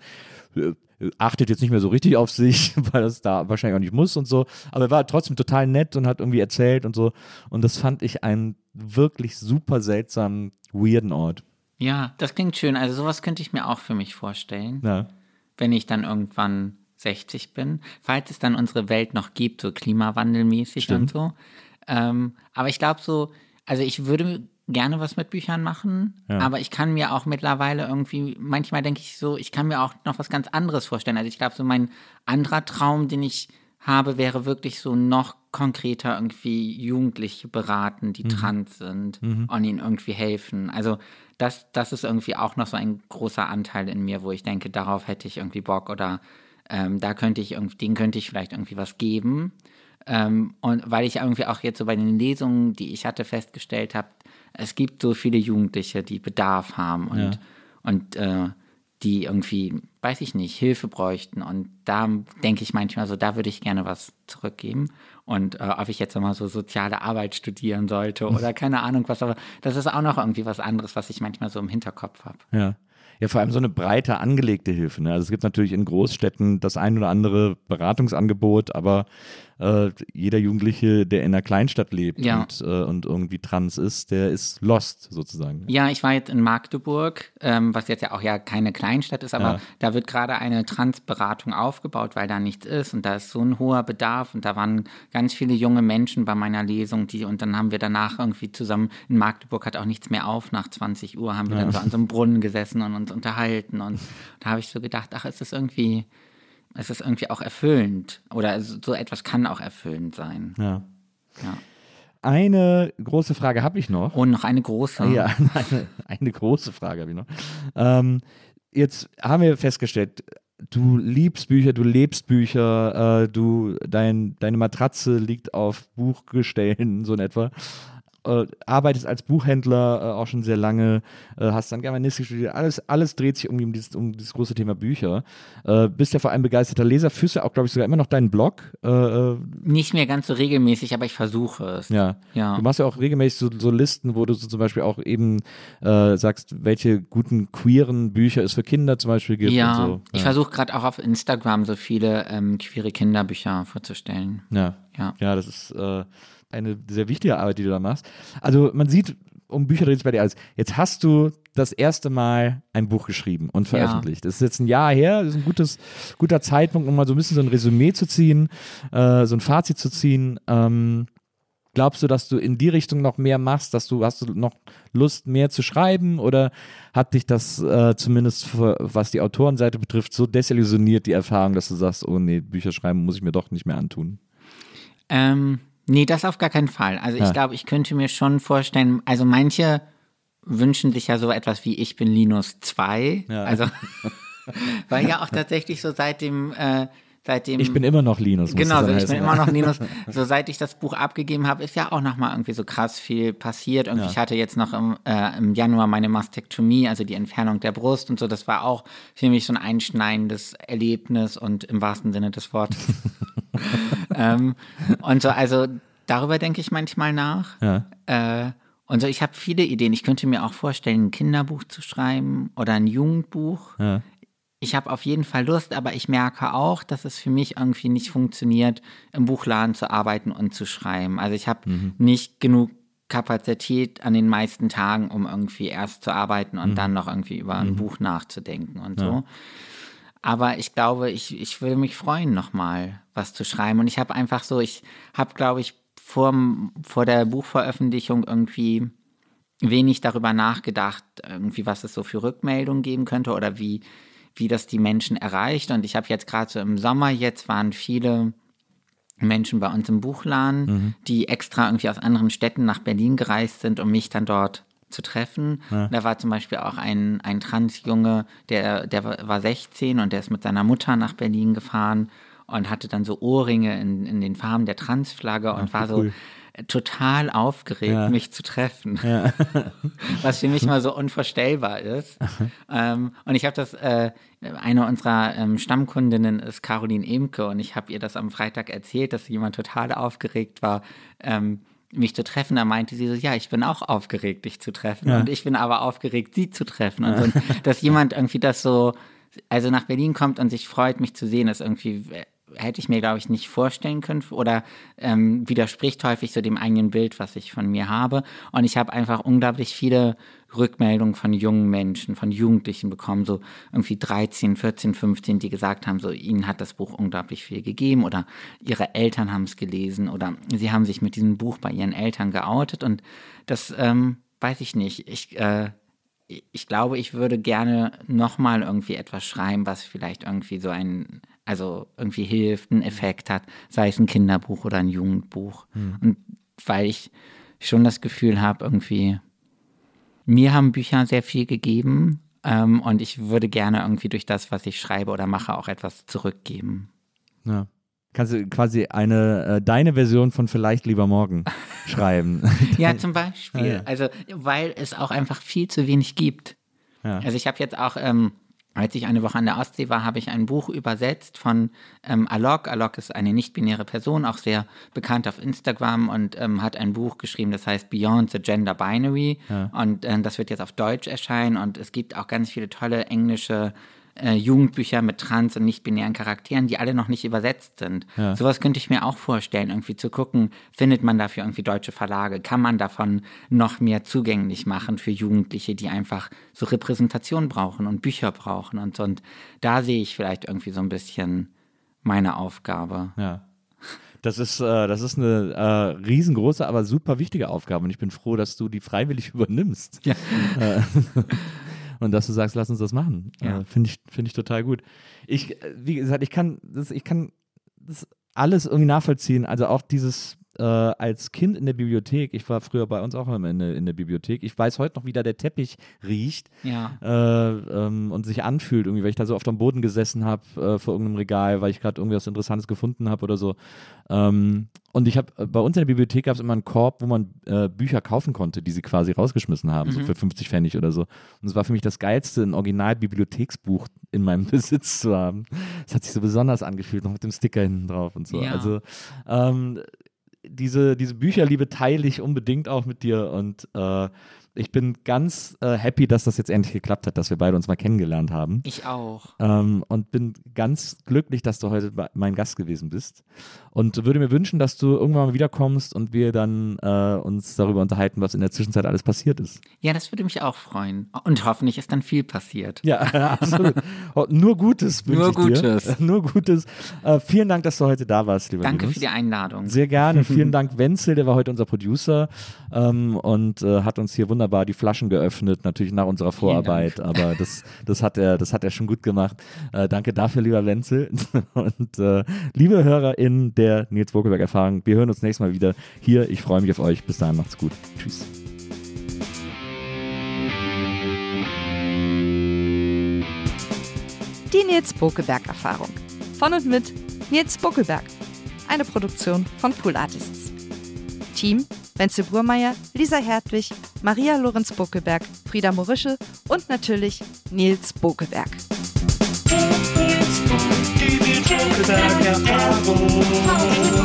achtet jetzt nicht mehr so richtig auf sich, weil das da wahrscheinlich auch nicht muss und so. Aber er war trotzdem total nett und hat irgendwie erzählt und so. Und das fand ich einen wirklich super seltsamen, weirden Ort. Ja, das klingt schön. Also sowas könnte ich mir auch für mich vorstellen, Ja. wenn ich dann irgendwann 60 bin. Falls es dann unsere Welt noch gibt, so klimawandelmäßig und so. Aber ich glaube so, also ich würde gerne was mit Büchern machen, aber ich kann mir auch mittlerweile irgendwie, manchmal denke ich so, ich kann mir auch noch was ganz anderes vorstellen. Also ich glaube so mein anderer Traum, den ich habe, wäre wirklich so noch konkreter irgendwie Jugendliche beraten, die trans sind und ihnen irgendwie helfen. Also das ist irgendwie auch noch so ein großer Anteil in mir, wo ich denke, darauf hätte ich irgendwie Bock oder denen könnte ich vielleicht irgendwie was geben. Und weil ich irgendwie auch jetzt so bei den Lesungen, die ich hatte, festgestellt habe, es gibt so viele Jugendliche, die Bedarf haben und die irgendwie, weiß ich nicht, Hilfe bräuchten. Und da denke ich manchmal so, da würde ich gerne was zurückgeben. Und ob ich jetzt nochmal so soziale Arbeit studieren sollte oder keine Ahnung was, aber das ist auch noch irgendwie was anderes, was ich manchmal so im Hinterkopf habe. Ja. Ja, vor allem so eine breite angelegte Hilfe. Ne? Also es gibt natürlich in Großstädten das ein oder andere Beratungsangebot, aber jeder Jugendliche, der in einer Kleinstadt lebt und irgendwie trans ist, der ist lost sozusagen. Ja, ich war jetzt in Magdeburg, was jetzt ja auch ja keine Kleinstadt ist, aber da wird gerade eine Transberatung aufgebaut, weil da nichts ist und da ist so ein hoher Bedarf und da waren ganz viele junge Menschen bei meiner Lesung, und dann haben wir danach irgendwie zusammen, in Magdeburg hat auch nichts mehr auf, nach 20 Uhr haben wir dann so an so einem Brunnen gesessen und uns unterhalten und da habe ich so gedacht, ach, es ist irgendwie auch erfüllend oder so etwas kann auch erfüllend sein. Ja. Eine große Frage habe ich noch. Und noch eine große. Ja, eine große Frage habe ich noch. Jetzt haben wir festgestellt, du liebst Bücher, du lebst Bücher, deine Matratze liegt auf Buchgestellen, so in etwa. arbeitest als Buchhändler auch schon sehr lange, hast dann Germanistik studiert, alles dreht sich um dieses große Thema Bücher. Bist ja vor allem begeisterter Leser, führst ja auch, glaube ich, sogar immer noch deinen Blog. Nicht mehr ganz so regelmäßig, aber ich versuche es. Ja. Du machst ja auch regelmäßig so Listen, wo du so zum Beispiel auch eben sagst, welche guten queeren Bücher es für Kinder zum Beispiel gibt. Ja, und so. ich versuche gerade auch auf Instagram so viele queere Kinderbücher vorzustellen. Ja, Ja. das ist eine sehr wichtige Arbeit, die du da machst. Also man sieht, um Bücher dreht es bei dir alles. Jetzt hast du das erste Mal ein Buch geschrieben und veröffentlicht. Das ist jetzt ein Jahr her, das ist ein guter Zeitpunkt, um mal so ein bisschen so ein Resümee zu ziehen, so ein Fazit zu ziehen. Glaubst du, dass du in die Richtung noch mehr machst? Hast du noch Lust, mehr zu schreiben? Oder hat dich das zumindest, was die Autorenseite betrifft, so desillusioniert, die Erfahrung, dass du sagst, oh nee, Bücher schreiben muss ich mir doch nicht mehr antun? Nee, das auf gar keinen Fall. Also ich glaube, ich könnte mir schon vorstellen, also manche wünschen sich ja so etwas wie Ich bin Linus 2. Ja. Also, weil ja auch tatsächlich so seitdem Ich bin immer noch Linus. Genau, muss das so, dann ich bin heißen. immer noch Linus. So seit ich das Buch abgegeben habe, ist ja auch nochmal irgendwie so krass viel passiert. Irgendwie, ich hatte jetzt noch im Januar meine Mastektomie, also die Entfernung der Brust und so. Das war auch für mich so ein einschneidendes Erlebnis und im wahrsten Sinne des Wortes. Und so, also darüber denke ich manchmal nach. Ja. Und so, ich habe viele Ideen. Ich könnte mir auch vorstellen, ein Kinderbuch zu schreiben oder ein Jugendbuch. Ja. Ich habe auf jeden Fall Lust, aber ich merke auch, dass es für mich irgendwie nicht funktioniert, im Buchladen zu arbeiten und zu schreiben. Also ich habe nicht genug Kapazität an den meisten Tagen, um irgendwie erst zu arbeiten und dann noch irgendwie über ein Buch nachzudenken und so. Aber ich glaube, ich würde mich freuen, nochmal was zu schreiben. Und ich habe einfach so, ich habe, glaube ich, vor der Buchveröffentlichung irgendwie wenig darüber nachgedacht, irgendwie, was es so für Rückmeldungen geben könnte oder wie das die Menschen erreicht. Und ich habe jetzt gerade so im Sommer, jetzt waren viele Menschen bei uns im Buchladen, die extra irgendwie aus anderen Städten nach Berlin gereist sind, um mich dann dort zu treffen. Ja. Da war zum Beispiel auch ein Transjunge, der war 16 und der ist mit seiner Mutter nach Berlin gefahren und hatte dann so Ohrringe in den Farben der Transflagge und war so total aufgeregt, mich zu treffen. Ja. Was für mich mal so unvorstellbar ist. Und ich habe das, eine unserer Stammkundinnen ist Caroline Emke und ich habe ihr das am Freitag erzählt, dass jemand total aufgeregt war, mich zu treffen. Da meinte sie so, ja, ich bin auch aufgeregt, dich zu treffen. Und ich bin aber aufgeregt, sie zu treffen. Und so, dass jemand irgendwie das so, also nach Berlin kommt und sich freut, mich zu sehen, ist irgendwie, hätte ich mir, glaube ich, nicht vorstellen können oder widerspricht häufig so dem eigenen Bild, was ich von mir habe. Und ich habe einfach unglaublich viele Rückmeldungen von jungen Menschen, von Jugendlichen bekommen, so irgendwie 13, 14, 15, die gesagt haben, so ihnen hat das Buch unglaublich viel gegeben oder ihre Eltern haben es gelesen oder sie haben sich mit diesem Buch bei ihren Eltern geoutet und das weiß ich nicht. Ich glaube, ich würde gerne nochmal irgendwie etwas schreiben, was vielleicht irgendwie so also irgendwie hilft, einen Effekt hat, sei es ein Kinderbuch oder ein Jugendbuch. Und weil ich schon das Gefühl habe, irgendwie, mir haben Bücher sehr viel gegeben und ich würde gerne irgendwie durch das, was ich schreibe oder mache, auch etwas zurückgeben. Ja. Kannst du quasi deine Version von Vielleicht lieber morgen schreiben? Ja, zum Beispiel. Also, weil es auch einfach viel zu wenig gibt. Ja. Also ich habe jetzt auch, als ich eine Woche an der Ostsee war, habe ich ein Buch übersetzt von Alok. Alok ist eine nicht-binäre Person, auch sehr bekannt auf Instagram und hat ein Buch geschrieben, das heißt Beyond the Gender Binary. Ja. Und das wird jetzt auf Deutsch erscheinen und es gibt auch ganz viele tolle englische Jugendbücher mit trans- und nicht-binären Charakteren, die alle noch nicht übersetzt sind. Ja. Sowas könnte ich mir auch vorstellen, irgendwie zu gucken, findet man dafür irgendwie deutsche Verlage? Kann man davon noch mehr zugänglich machen für Jugendliche, die einfach so Repräsentation brauchen und Bücher brauchen und so. Und da sehe ich vielleicht irgendwie so ein bisschen meine Aufgabe. Ja. Das ist eine riesengroße, aber super wichtige Aufgabe und ich bin froh, dass du die freiwillig übernimmst. Ja. Und dass du sagst, lass uns das machen. Ja. Finde ich total gut. Wie gesagt, ich kann das alles irgendwie nachvollziehen. Also auch dieses als Kind in der Bibliothek, ich war früher bei uns auch immer in der Bibliothek, ich weiß heute noch, wie da der Teppich riecht und sich anfühlt, irgendwie, weil ich da so oft am Boden gesessen habe vor irgendeinem Regal, weil ich gerade irgendwie was Interessantes gefunden habe oder so. Und ich habe bei uns in der Bibliothek gab es immer einen Korb, wo man Bücher kaufen konnte, die sie quasi rausgeschmissen haben, so für 50 Pfennig oder so. Und es war für mich das Geilste, ein Original-Bibliotheksbuch in meinem Besitz zu haben. Das hat sich so besonders angefühlt, noch mit dem Sticker hinten drauf und so. Ja. Also diese Bücherliebe teile ich unbedingt auch mit dir und ich bin ganz happy, dass das jetzt endlich geklappt hat, dass wir beide uns mal kennengelernt haben. Ich auch. Und bin ganz glücklich, dass du heute mein Gast gewesen bist und würde mir wünschen, dass du irgendwann mal wiederkommst und wir dann uns darüber unterhalten, was in der Zwischenzeit alles passiert ist. Ja, das würde mich auch freuen. Und hoffentlich ist dann viel passiert. Ja, absolut. Nur Gutes wünsche ich dir. Gutes. Nur Gutes. Vielen Dank, dass du heute da warst, lieber Danke Linus. für die Einladung. Sehr gerne. Vielen Dank, Wenzel, der war heute unser Producer und hat uns hier wunderbar die Flaschen geöffnet, natürlich nach unserer Vorarbeit, aber das hat er schon gut gemacht. Danke dafür, lieber Wenzel. Und liebe HörerInnen der Nils Bokelberg-Erfahrung, wir hören uns nächstes Mal wieder hier. Ich freue mich auf euch. Bis dahin, macht's gut. Tschüss. Die Nils Bokelberg-Erfahrung. Von und mit Nils Bokelberg. Eine Produktion von Pool Artists. Team: Wenzel Burmeier, Lisa Hertwig, Maria Lorenz Bokelberg, Frieda Morische und natürlich Nils Bokelberg. Die Nils Bokelberg Erfahrung.